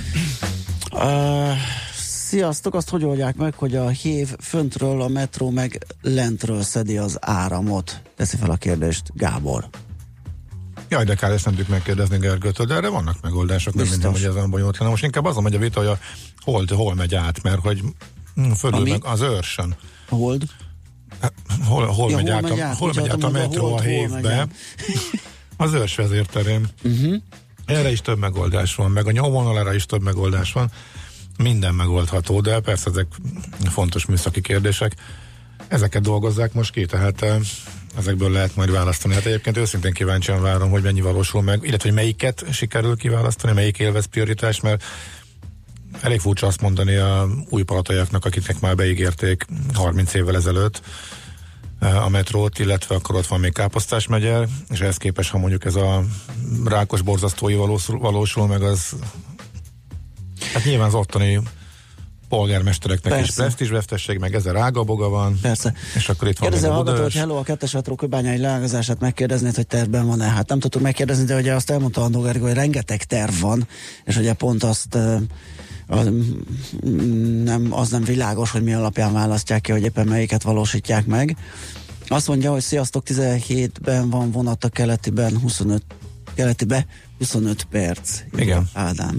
Speaker 4: Uh, sziasztok, azt hogy oldják meg, hogy a hév föntről, a metró meg lentről szedi az áramot? Teszi fel a kérdést Gábor.
Speaker 5: Jaj, de kár, ezt nem tudjuk megkérdezni Gergőtől, de erre vannak megoldások, nem minden, hogy ez nem bonyolult, hanem most inkább azon megy a vita, hogy a hold hol megy át, mert hogy fölül meg az őrsön.
Speaker 4: A hold?
Speaker 5: Hol, hol
Speaker 4: ja,
Speaker 5: megy
Speaker 4: hol
Speaker 5: át,
Speaker 4: megy
Speaker 5: a,
Speaker 4: át,
Speaker 5: hol megy át a metró a, a hévbe? Az őrs vezérterén. Uh-huh. Erre is több megoldás van, meg a nyomvonalára is több megoldás van. Minden megoldható, de persze ezek fontos műszaki kérdések. Ezeket dolgozzák most ki, tehát ezekből lehet majd választani. Hát egyébként őszintén kíváncsian várom, hogy mennyi valósul meg, illetve hogy melyiket sikerül kiválasztani, melyik élvez prioritást, mert elég furcsa azt mondani a új palataiaknak, akiknek már beígérték harminc évvel ezelőtt a metrót, illetve akkor ott van még Káposztás megye, és ehhez képest, ha mondjuk ez a Rákos borzasztói valósul, valósul meg, az hát nyilván az ottani polgármestereknek Persze. is presztízsvesztesség, meg ezer ágaboga van.
Speaker 4: Persze.
Speaker 5: És akkor itt van
Speaker 4: Kérdezi
Speaker 5: még a
Speaker 4: hallgató,
Speaker 5: Budös.
Speaker 4: hogy hello, a kettes metró kőbányai leágazását megkérdeznéd, hogy tervben van-e? Hát nem tudtuk megkérdezni, de ugye azt elmondta Andó Gergő, hogy rengeteg terv van, és ugye pont azt uh, az nem, az nem világos, hogy mi alapján választják ki, hogy éppen melyiket valósítják meg. Azt mondja, hogy sziasztok, tizenhétben van vonat a keletiben, huszonöt, keletibe huszonöt perc.
Speaker 5: Igen.
Speaker 4: Ádám.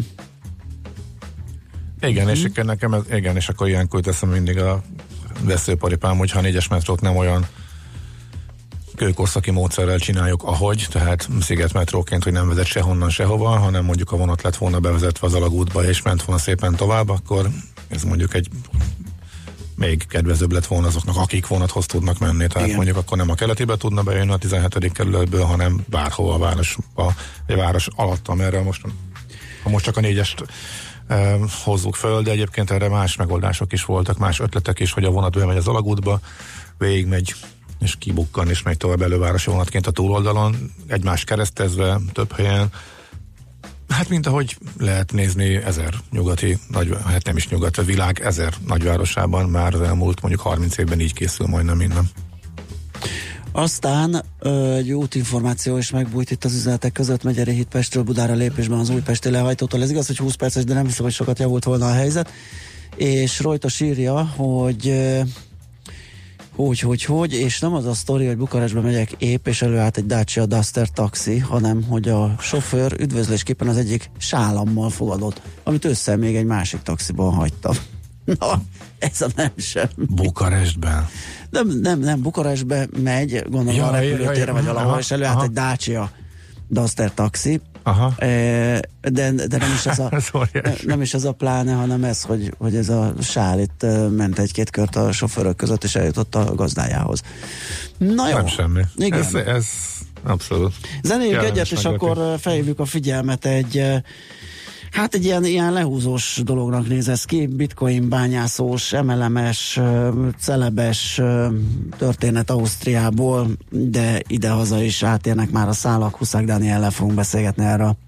Speaker 5: Igen, mm-hmm. és nekem ez, igen, és akkor ilyenkor teszem mindig a veszőparipám, hogyha a négyes metrót nem olyan kőkorszaki módszerrel csináljuk, ahogy, tehát szigetmetróként, hogy nem vezet sehonnan sehova, hanem mondjuk a vonat lett volna bevezetve az alagútba, és ment volna szépen tovább, akkor ez mondjuk egy még kedvezőbb lett volna azoknak, akik vonathoz tudnak menni. Tehát igen. mondjuk akkor nem a keletibe tudna bejönni a tizenhetedik kerületből, hanem bárhova a városba, a város alatt, amerre most, ha most csak a négyest eh, hozzuk föl, de egyébként erre más megoldások is voltak, más ötletek is, hogy a vonat bemegy az alagútba, végigmegy és kibukkan, és megy tovább elővárosi vonatként a túloldalon, egymást keresztezve több helyen. Hát mint ahogy lehet nézni ezer nyugati, nagy, hát nem is nyugat, a világ ezer nagyvárosában már az elmúlt mondjuk harminc évben így készül majdnem minden.
Speaker 4: Aztán ö, egy útinformáció is megbújt itt az üzenetek között, Megyeri híd Pestről Budára lépésben az Újpesti lehajtótól. Ez igaz, hogy húsz perces, de nem hiszem, hogy sokat javult volna a helyzet. És Rojtos írja, hogy ö, Hogy, hogy, hogy, és nem az a sztori, hogy Bukarestbe megyek épp, és előállt egy Dacia Duster taxi, hanem, hogy a sofőr üdvözlésképpen az egyik sálammal fogadott, amit össze még egy másik taxiban hagytam. Na, ez a nem sem.
Speaker 5: Bukarestben?
Speaker 4: Nem, nem, nem, Bukarestbe megy, gondolom ja, a repülőtérre vagy valahol, és előállt egy Dacia Duster taxi. Aha. De, de nem is ez a nem is ez a pláne, hanem ez, hogy, hogy ez a sál itt ment egy-két kört a sofőrök között, és eljutott a gazdájához. Na jó.
Speaker 5: Nem semmi.
Speaker 4: Igen.
Speaker 5: Ez, ez abszolút.
Speaker 4: Zenéljük egyet, és akkor felhívjuk a figyelmet egy hát egy ilyen, ilyen lehúzós dolognak néz ez ki, bitcoin bányászós, em el em-es, celebes történet Ausztriából, de idehaza is átérnek már a szálak. Huszák Dániellel fogunk beszélgetni erről.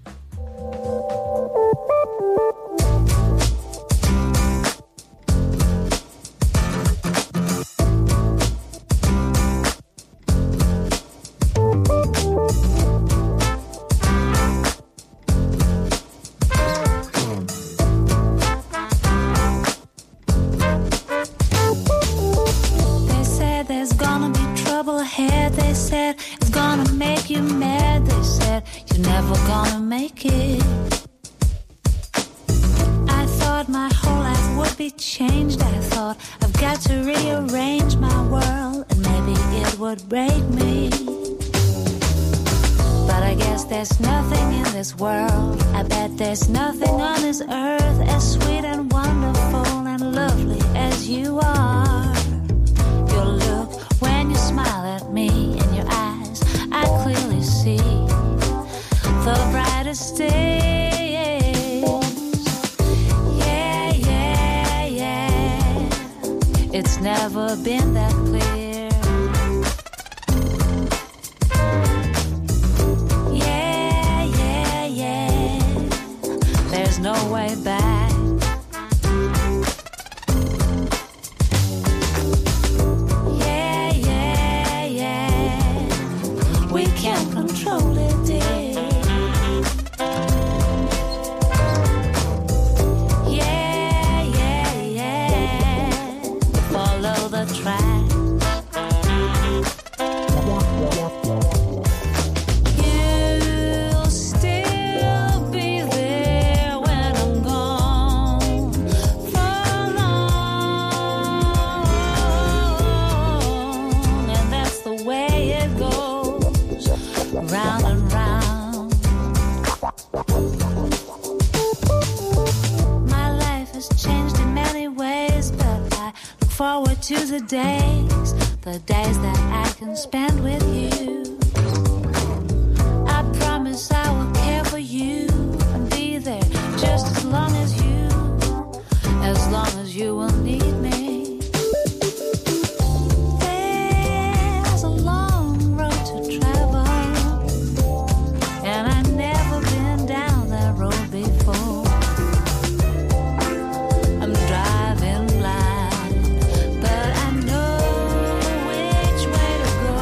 Speaker 11: can spend with you. I promise I will care for you and be there just as long as you, as long as you will need me. There's a long road to travel, and I've never been down that road before. I'm driving blind, but I know which way to go.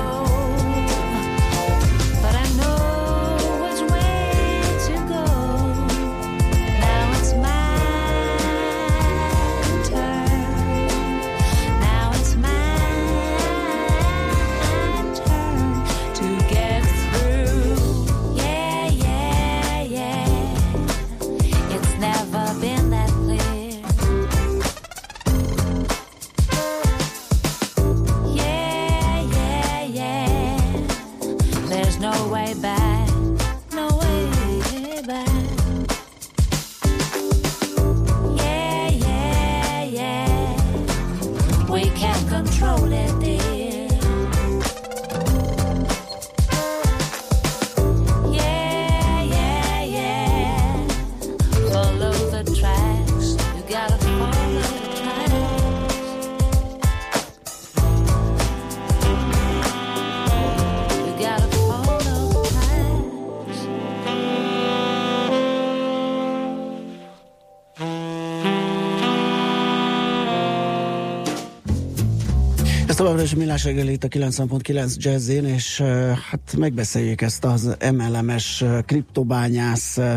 Speaker 11: But I know which way to go. Now it's my turn. Now it's my turn to get through. Yeah, yeah, yeah. It's never been that clear. Yeah, yeah, yeah. There's no way back. No way back. Yeah, yeah, yeah. We can't control it, dear. Yeah, yeah, yeah. Follow the tracks. You gotta follow the tracks. You gotta follow the tracks.
Speaker 4: Ez továbbra is a Millás reggeli itt a kilencven pont kilenc Jazzin, és uh, hát megbeszéljük ezt az em el em-es uh, kriptobányász uh,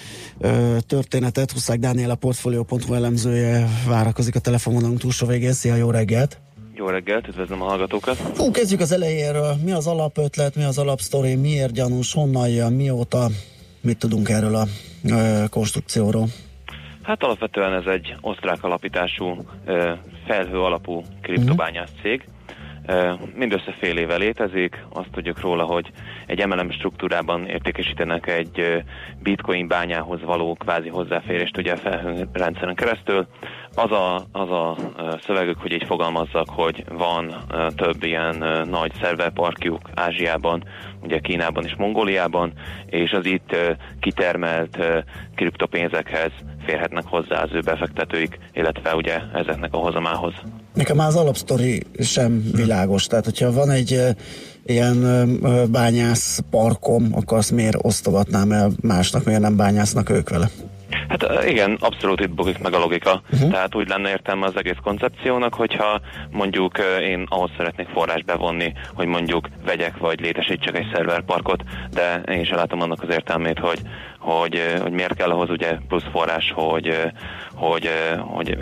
Speaker 4: uh, történetet. Huszák Dániel, a Portfolio pont hu elemzője várakozik a telefonvonalunk túlsó végén. Szia, jó reggelt!
Speaker 12: Jó reggelt, üdvözlöm a hallgatókat!
Speaker 4: Fú, kezdjük az elejéről. Mi az alapötlet, mi az alapsztori, miért gyanús, honnan jön, mióta, mit tudunk erről a uh, konstrukcióról?
Speaker 12: Hát alapvetően ez egy osztrák alapítású, ö, felhő alapú kriptobányász cég. Ö, Mindössze fél éve létezik, azt tudjuk róla, hogy egy em el em struktúrában értékesítenek egy ö, bitcoin bányához való kvázi hozzáférést ugye a felhőrendszeren keresztül. Az a, az a ö, szövegük, hogy így fogalmazzak, hogy van ö, több ilyen ö, nagy szerverparkjuk Ázsiában, ugye Kínában és Mongóliában, és az itt ö, kitermelt ö, kriptopénzekhez férhetnek hozzá az ő befektetőik, illetve ugye ezeknek a hozamához.
Speaker 4: Nekem már az alapsztori sem világos, tehát hogyha van egy e, ilyen e, bányász parkom, akkor azt miért osztogatnám el másnak, miért nem bányásznak ők vele?
Speaker 12: Hát igen, abszolút itt bukik meg a logika. Uh-huh. Tehát úgy lenne értelme az egész koncepciónak, hogyha mondjuk én ahhoz szeretnék forrás bevonni, hogy mondjuk vegyek vagy létesítsek egy szerverparkot, de én is látom annak az értelmét, hogy, hogy, hogy miért kell ahhoz ugye plusz forrás, hogy, hogy, hogy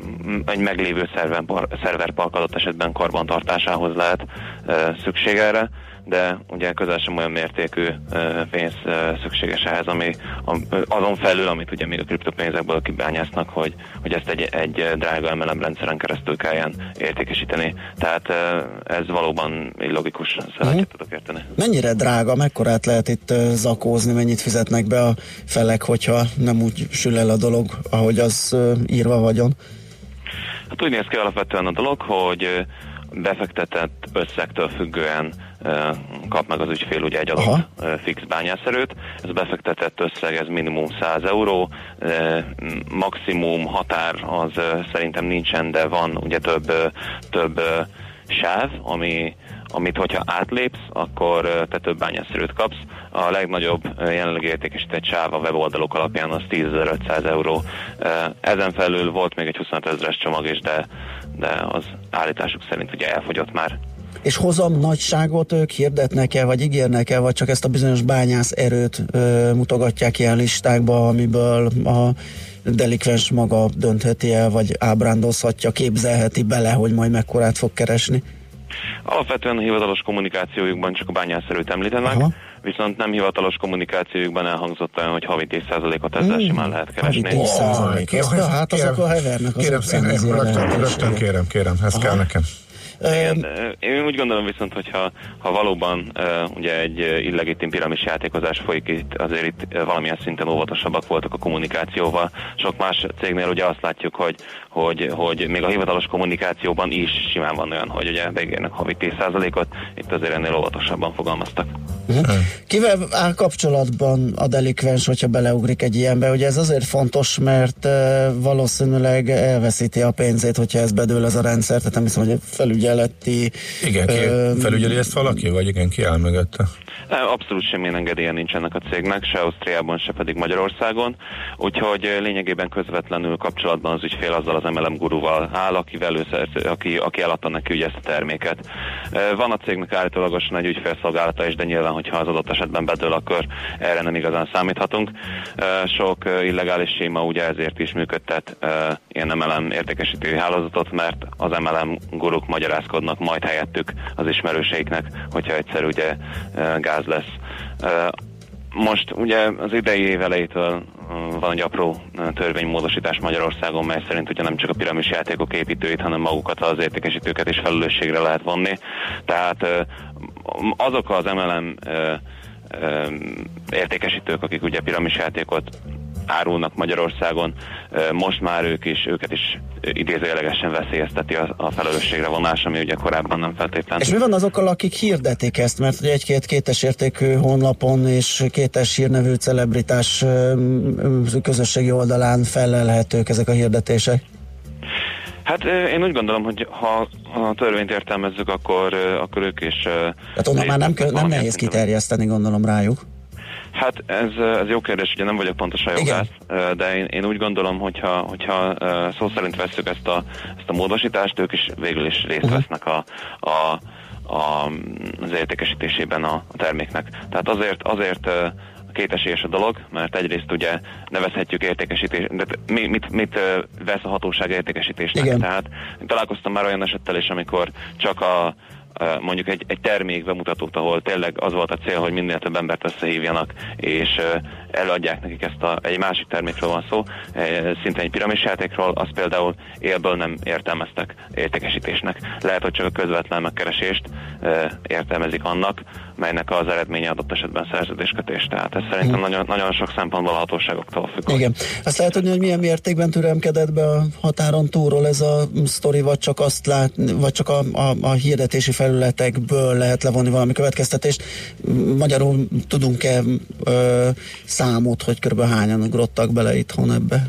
Speaker 12: egy meglévő szerverpark adott esetben karbantartásához lehet szükség erre, de ugye közel sem olyan mértékű pénz szükséges ehhez, ami azon felül, amit ugye még a kriptopénzekből kibányásznak, hogy, hogy ezt egy, egy drága em el em rendszeren keresztül kelljen értékesíteni. Tehát ez valóban egy logikus szöveget uh-huh. tudok érteni.
Speaker 4: Mennyire drága, mekkorát lehet itt zakózni, mennyit fizetnek be a felek, hogyha nem úgy sül el a dolog, ahogy az írva vagyon?
Speaker 12: Hát úgy néz ki alapvetően a dolog, hogy befektetett összegtől függően kap meg az ügyfél ugye egy adott Aha. fix bányászerőt. Ez a befektetett összeg, ez minimum száz euró, maximum határ az szerintem nincsen, de van ugye több, több sáv, ami, amit hogyha átlépsz, akkor te több bányászerőt kapsz. A legnagyobb jelenleg értékesített sáv a weboldalok alapján az tízezer-ötszáz euró. Ezen felül volt még egy huszonöt ezeres csomag is, de, de az állításuk szerint ugye elfogyott már.
Speaker 4: És hozam nagyságot ők hirdetnek-e, vagy ígérnek-e, vagy csak ezt a bizonyos bányász erőt ö, mutogatják ilyen listákba, amiből a delikvens maga döntheti el, vagy ábrándozhatja, képzelheti bele, hogy majd mekkorát fog keresni?
Speaker 12: Alapvetően a hivatalos kommunikációjukban csak a bányászerőt említenek, Aha. viszont nem hivatalos kommunikációjukban elhangzott olyan, hogy havi tíz százalékot ezzel hmm. simán lehet keresni.
Speaker 4: Havi tíz százalék. Oh, hát azok a hevernek az
Speaker 5: kérem, én, én rögtön, rögtön kérem, kérem, ez Aha. kell nekem.
Speaker 12: Igen, én úgy gondolom viszont, hogyha ha valóban ugye egy illegitim piramis játékozás folyik itt, azért itt valamilyen szinten óvatosabbak voltak a kommunikációval. Sok más cégnél ugye azt látjuk, hogy, hogy, hogy még a hivatalos kommunikációban is simán van olyan, hogy ugye beígérnek havi tíz százalékot, itt azért ennél óvatosabban fogalmaztak.
Speaker 4: Uh-huh. Kivel áll kapcsolatban a delikvens, hogyha beleugrik egy ilyenbe? Ugye ez azért fontos, mert uh, valószínűleg elveszíti a pénzét, hogyha ez bedől ez a rendszer, tehát nem hiszem, hogy felügyeleti...
Speaker 5: Igen, ki
Speaker 4: uh,
Speaker 5: felügyeli ezt valaki, vagy igen, ki áll mögötte?
Speaker 12: Abszolút semmilyen engedélye nincs ennek a cégnek, se Ausztriában, se pedig Magyarországon, úgyhogy lényegében közvetlenül kapcsolatban az ügyfél azzal az em el em guruval áll, akivel őszer, aki, aki eladta neki ugye ezt a terméket. Van a cégnek állítólagosan egy ügyfélszolgálata is, de nyilván, hogyha az adott esetben bedől, akkor erre nem igazán számíthatunk. Sok illegális séma ugye ezért is működtet ilyen em el em értékesítő hálózatot, mert az em el em guruk magyarázkodnak majd helyettük az ismerőseiknek, hogyha egyszer ugye gáz lesz. Most ugye az idei év elejétől van egy apró törvénymódosítás Magyarországon, mely szerint ugye nem csak a piramis játékok építőit, hanem magukat az értékesítőket is felelősségre lehet vonni. Tehát azok az em el em értékesítők, akik ugye piramis játékot árulnak Magyarországon, most már ők is, őket is idézőjelegesen veszélyezteti a, a felelősségre vonás, ami ugye korábban nem feltétlenül.
Speaker 4: És mi van azokkal, akik hirdetik ezt? Mert ugye egy-két kétes értékű honlapon és kétes hírnevű celebritás közösségi oldalán felelhetők ezek a hirdetések?
Speaker 12: Hát én úgy gondolom, hogy ha a törvényt értelmezzük, akkor, akkor ők is...
Speaker 4: Tehát onnan már nem, kö, nem nehéz kiterjeszteni, gondolom rájuk.
Speaker 12: Hát ez, ez jó kérdés, ugye nem vagyok pontosan jogász, de én, én úgy gondolom, hogyha, hogyha szó szerint vesszük ezt a, ezt a módosítást, ők is végül is részt uh-huh. vesznek a, a, a, az értékesítésében a, a terméknek. Tehát azért, azért kétesélyes a dolog, mert egyrészt ugye nevezhetjük értékesítés, de mit, mit, mit vesz a hatóság értékesítésnek. Igen. Tehát én találkoztam már olyan esettel is, amikor csak a mondjuk egy, egy termék bemutatót, ahol tényleg az volt a cél, hogy minél több embert összehívjanak, és eladják nekik ezt a, egy másik termékről van szó, szintén egy piramisjátékról, azt például élből nem értelmeztek értékesítésnek. Lehet, hogy csak a közvetlen megkeresést értelmezik annak, melynek az eredménye adott esetben szerződéskötés. Tehát ez szerintem nagyon, nagyon sok szempontból a hatóságoktól függ.
Speaker 4: Igen. Azt lehet tudni, hogy milyen mértékben türemkedett be a határon túlról ez a sztori, vagy csak azt lát, vagy csak a, a, a hirdetési felületekből lehet levonni valami következtetést. Magyarul tudunk-e ö, számot, hogy körülbelül hányan ugrottak bele itthon ebbe?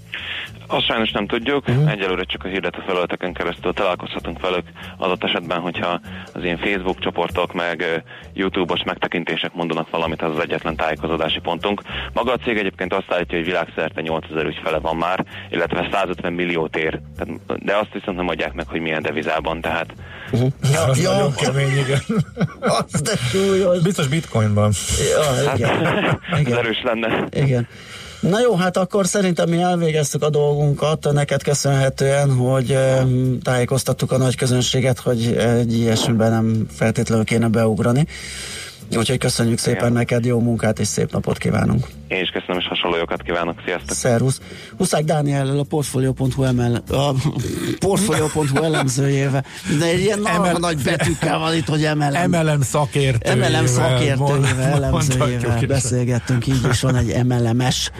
Speaker 12: Azt sajnos nem tudjuk, uh-huh. Egyelőre csak a hirdető felületeken keresztül találkozhatunk velük, adott esetben, hogyha az ilyen Facebook csoportok, meg uh, YouTube-os megtekintések mondanak valamit, az az egyetlen tájékozódási pontunk. Maga a cég egyébként azt állítja, hogy világszerte nyolcezer ügyfele van már, illetve százötven milliót ér, tehát, de azt viszont nem adják meg, hogy milyen devizában, tehát...
Speaker 5: Uh-huh. Ja, az ja, nagyon kemény, igen.
Speaker 4: Az de súlyos.
Speaker 5: Biztos bitcoinban.
Speaker 4: Ja, igen.
Speaker 12: Hát, igen. Ez erős lenne.
Speaker 4: Igen. Na jó, hát akkor szerintem mi elvégeztük a dolgunkat, neked köszönhetően, hogy tájékoztattuk a nagy közönséget, hogy egy ilyesmiben nem feltétlenül kéne beugrani. Úgyhogy köszönjük szépen Igen. neked, jó munkát és szép napot kívánunk.
Speaker 12: Én is köszönöm, és hasonló jókat kívánok. Sziasztok!
Speaker 4: Szervusz! Huszák Dániellel, a Portfolio pont hu emel, a Portfolio pont hu elemzőjével, de egy ilyen Emel... nagy betűkkel van itt, hogy em el em.
Speaker 5: em el em szakértőjével.
Speaker 4: em el em szakértőjével, elemzőjével beszélgettünk, így is van egy em el em-es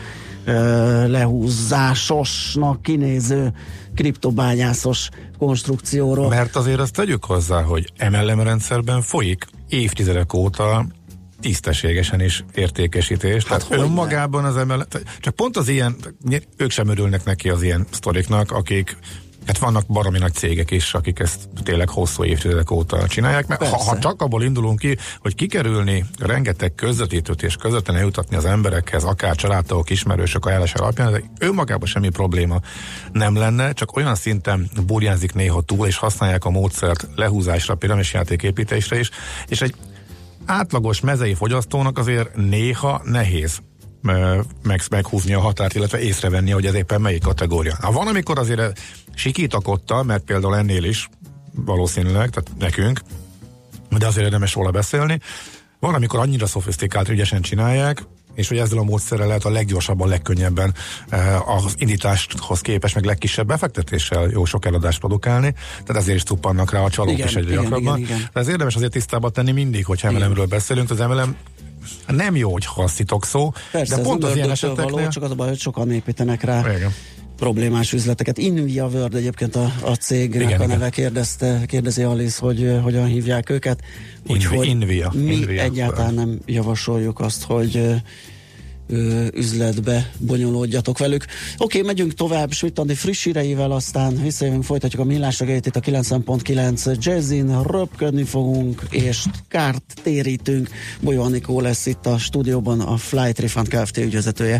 Speaker 4: lehúzásosnak kinéző kriptobányászos konstrukcióról.
Speaker 5: Mert azért azt tegyük hozzá, hogy em el em rendszerben folyik évtizedek óta tisztességesen is értékesítés. Hát tehát önmagában az em el em, csak pont az ilyen, ők sem örülnek neki az ilyen sztoriknak, akik, hát vannak baromi nagy cégek is, akik ezt tényleg hosszú évtizedek óta csinálják, mert ha, ha csak abból indulunk ki, hogy kikerülni rengeteg közvetítőt és közvetlen eljutatni az emberekhez, akár családtagok, ismerősök ajánlás alapján, de önmagában semmi probléma nem lenne, csak olyan szinten burjánzik néha túl, és használják a módszert lehúzásra, piramisjáték építésre is, és egy átlagos mezei fogyasztónak azért néha nehéz meg, meghúzni a határt, illetve észrevenni, hogy ez éppen melyik kategória. Na, van, amikor azért sikítakodta, mert például ennél is valószínűleg, tehát nekünk, de azért érdemes róla beszélni. Van, amikor annyira szofisztikált, ügyesen csinálják, és hogy ezzel a módszerrel lehet a leggyorsabban, legkönnyebben az indításhoz képest, meg legkisebb befektetéssel jó sok eladást produkálni, tehát ezért is cuppannak rá a csalók
Speaker 4: Igen,
Speaker 5: is egyre
Speaker 4: igen,
Speaker 5: gyakrabban.
Speaker 4: igen, igen.
Speaker 5: De ez érdemes azért tisztában tenni mindig, hogy em el em-ről beszélünk, az em el em nem jó, hogy haszítok szó,
Speaker 4: Persze,
Speaker 5: de pont az ilyen
Speaker 4: ördögtől
Speaker 5: eseteknél...
Speaker 4: való, csak az a baj, hogy sokan építenek rá
Speaker 5: Igen.
Speaker 4: problémás üzleteket. Invia World egyébként a, a cégnek
Speaker 5: Igen,
Speaker 4: a
Speaker 5: igen.
Speaker 4: neve, kérdezte, kérdezi Alice, hogy uh, hogyan hívják őket.
Speaker 5: Invi,
Speaker 4: Úgyhogy
Speaker 5: Invia.
Speaker 4: mi
Speaker 5: Invia.
Speaker 4: egyáltalán nem javasoljuk azt, hogy uh, uh, üzletbe bonyolódjatok velük. Oké, okay, megyünk tovább Schmidt-Andi friss híreivel, aztán visszajövünk, folytatjuk a millás reggelyt itt a kilencven pont kilenc Jazzin, röpködni fogunk, és kárt térítünk. Bolyó Anikó lesz itt a stúdióban, a Flight Refund Kft. Ügyvezetője.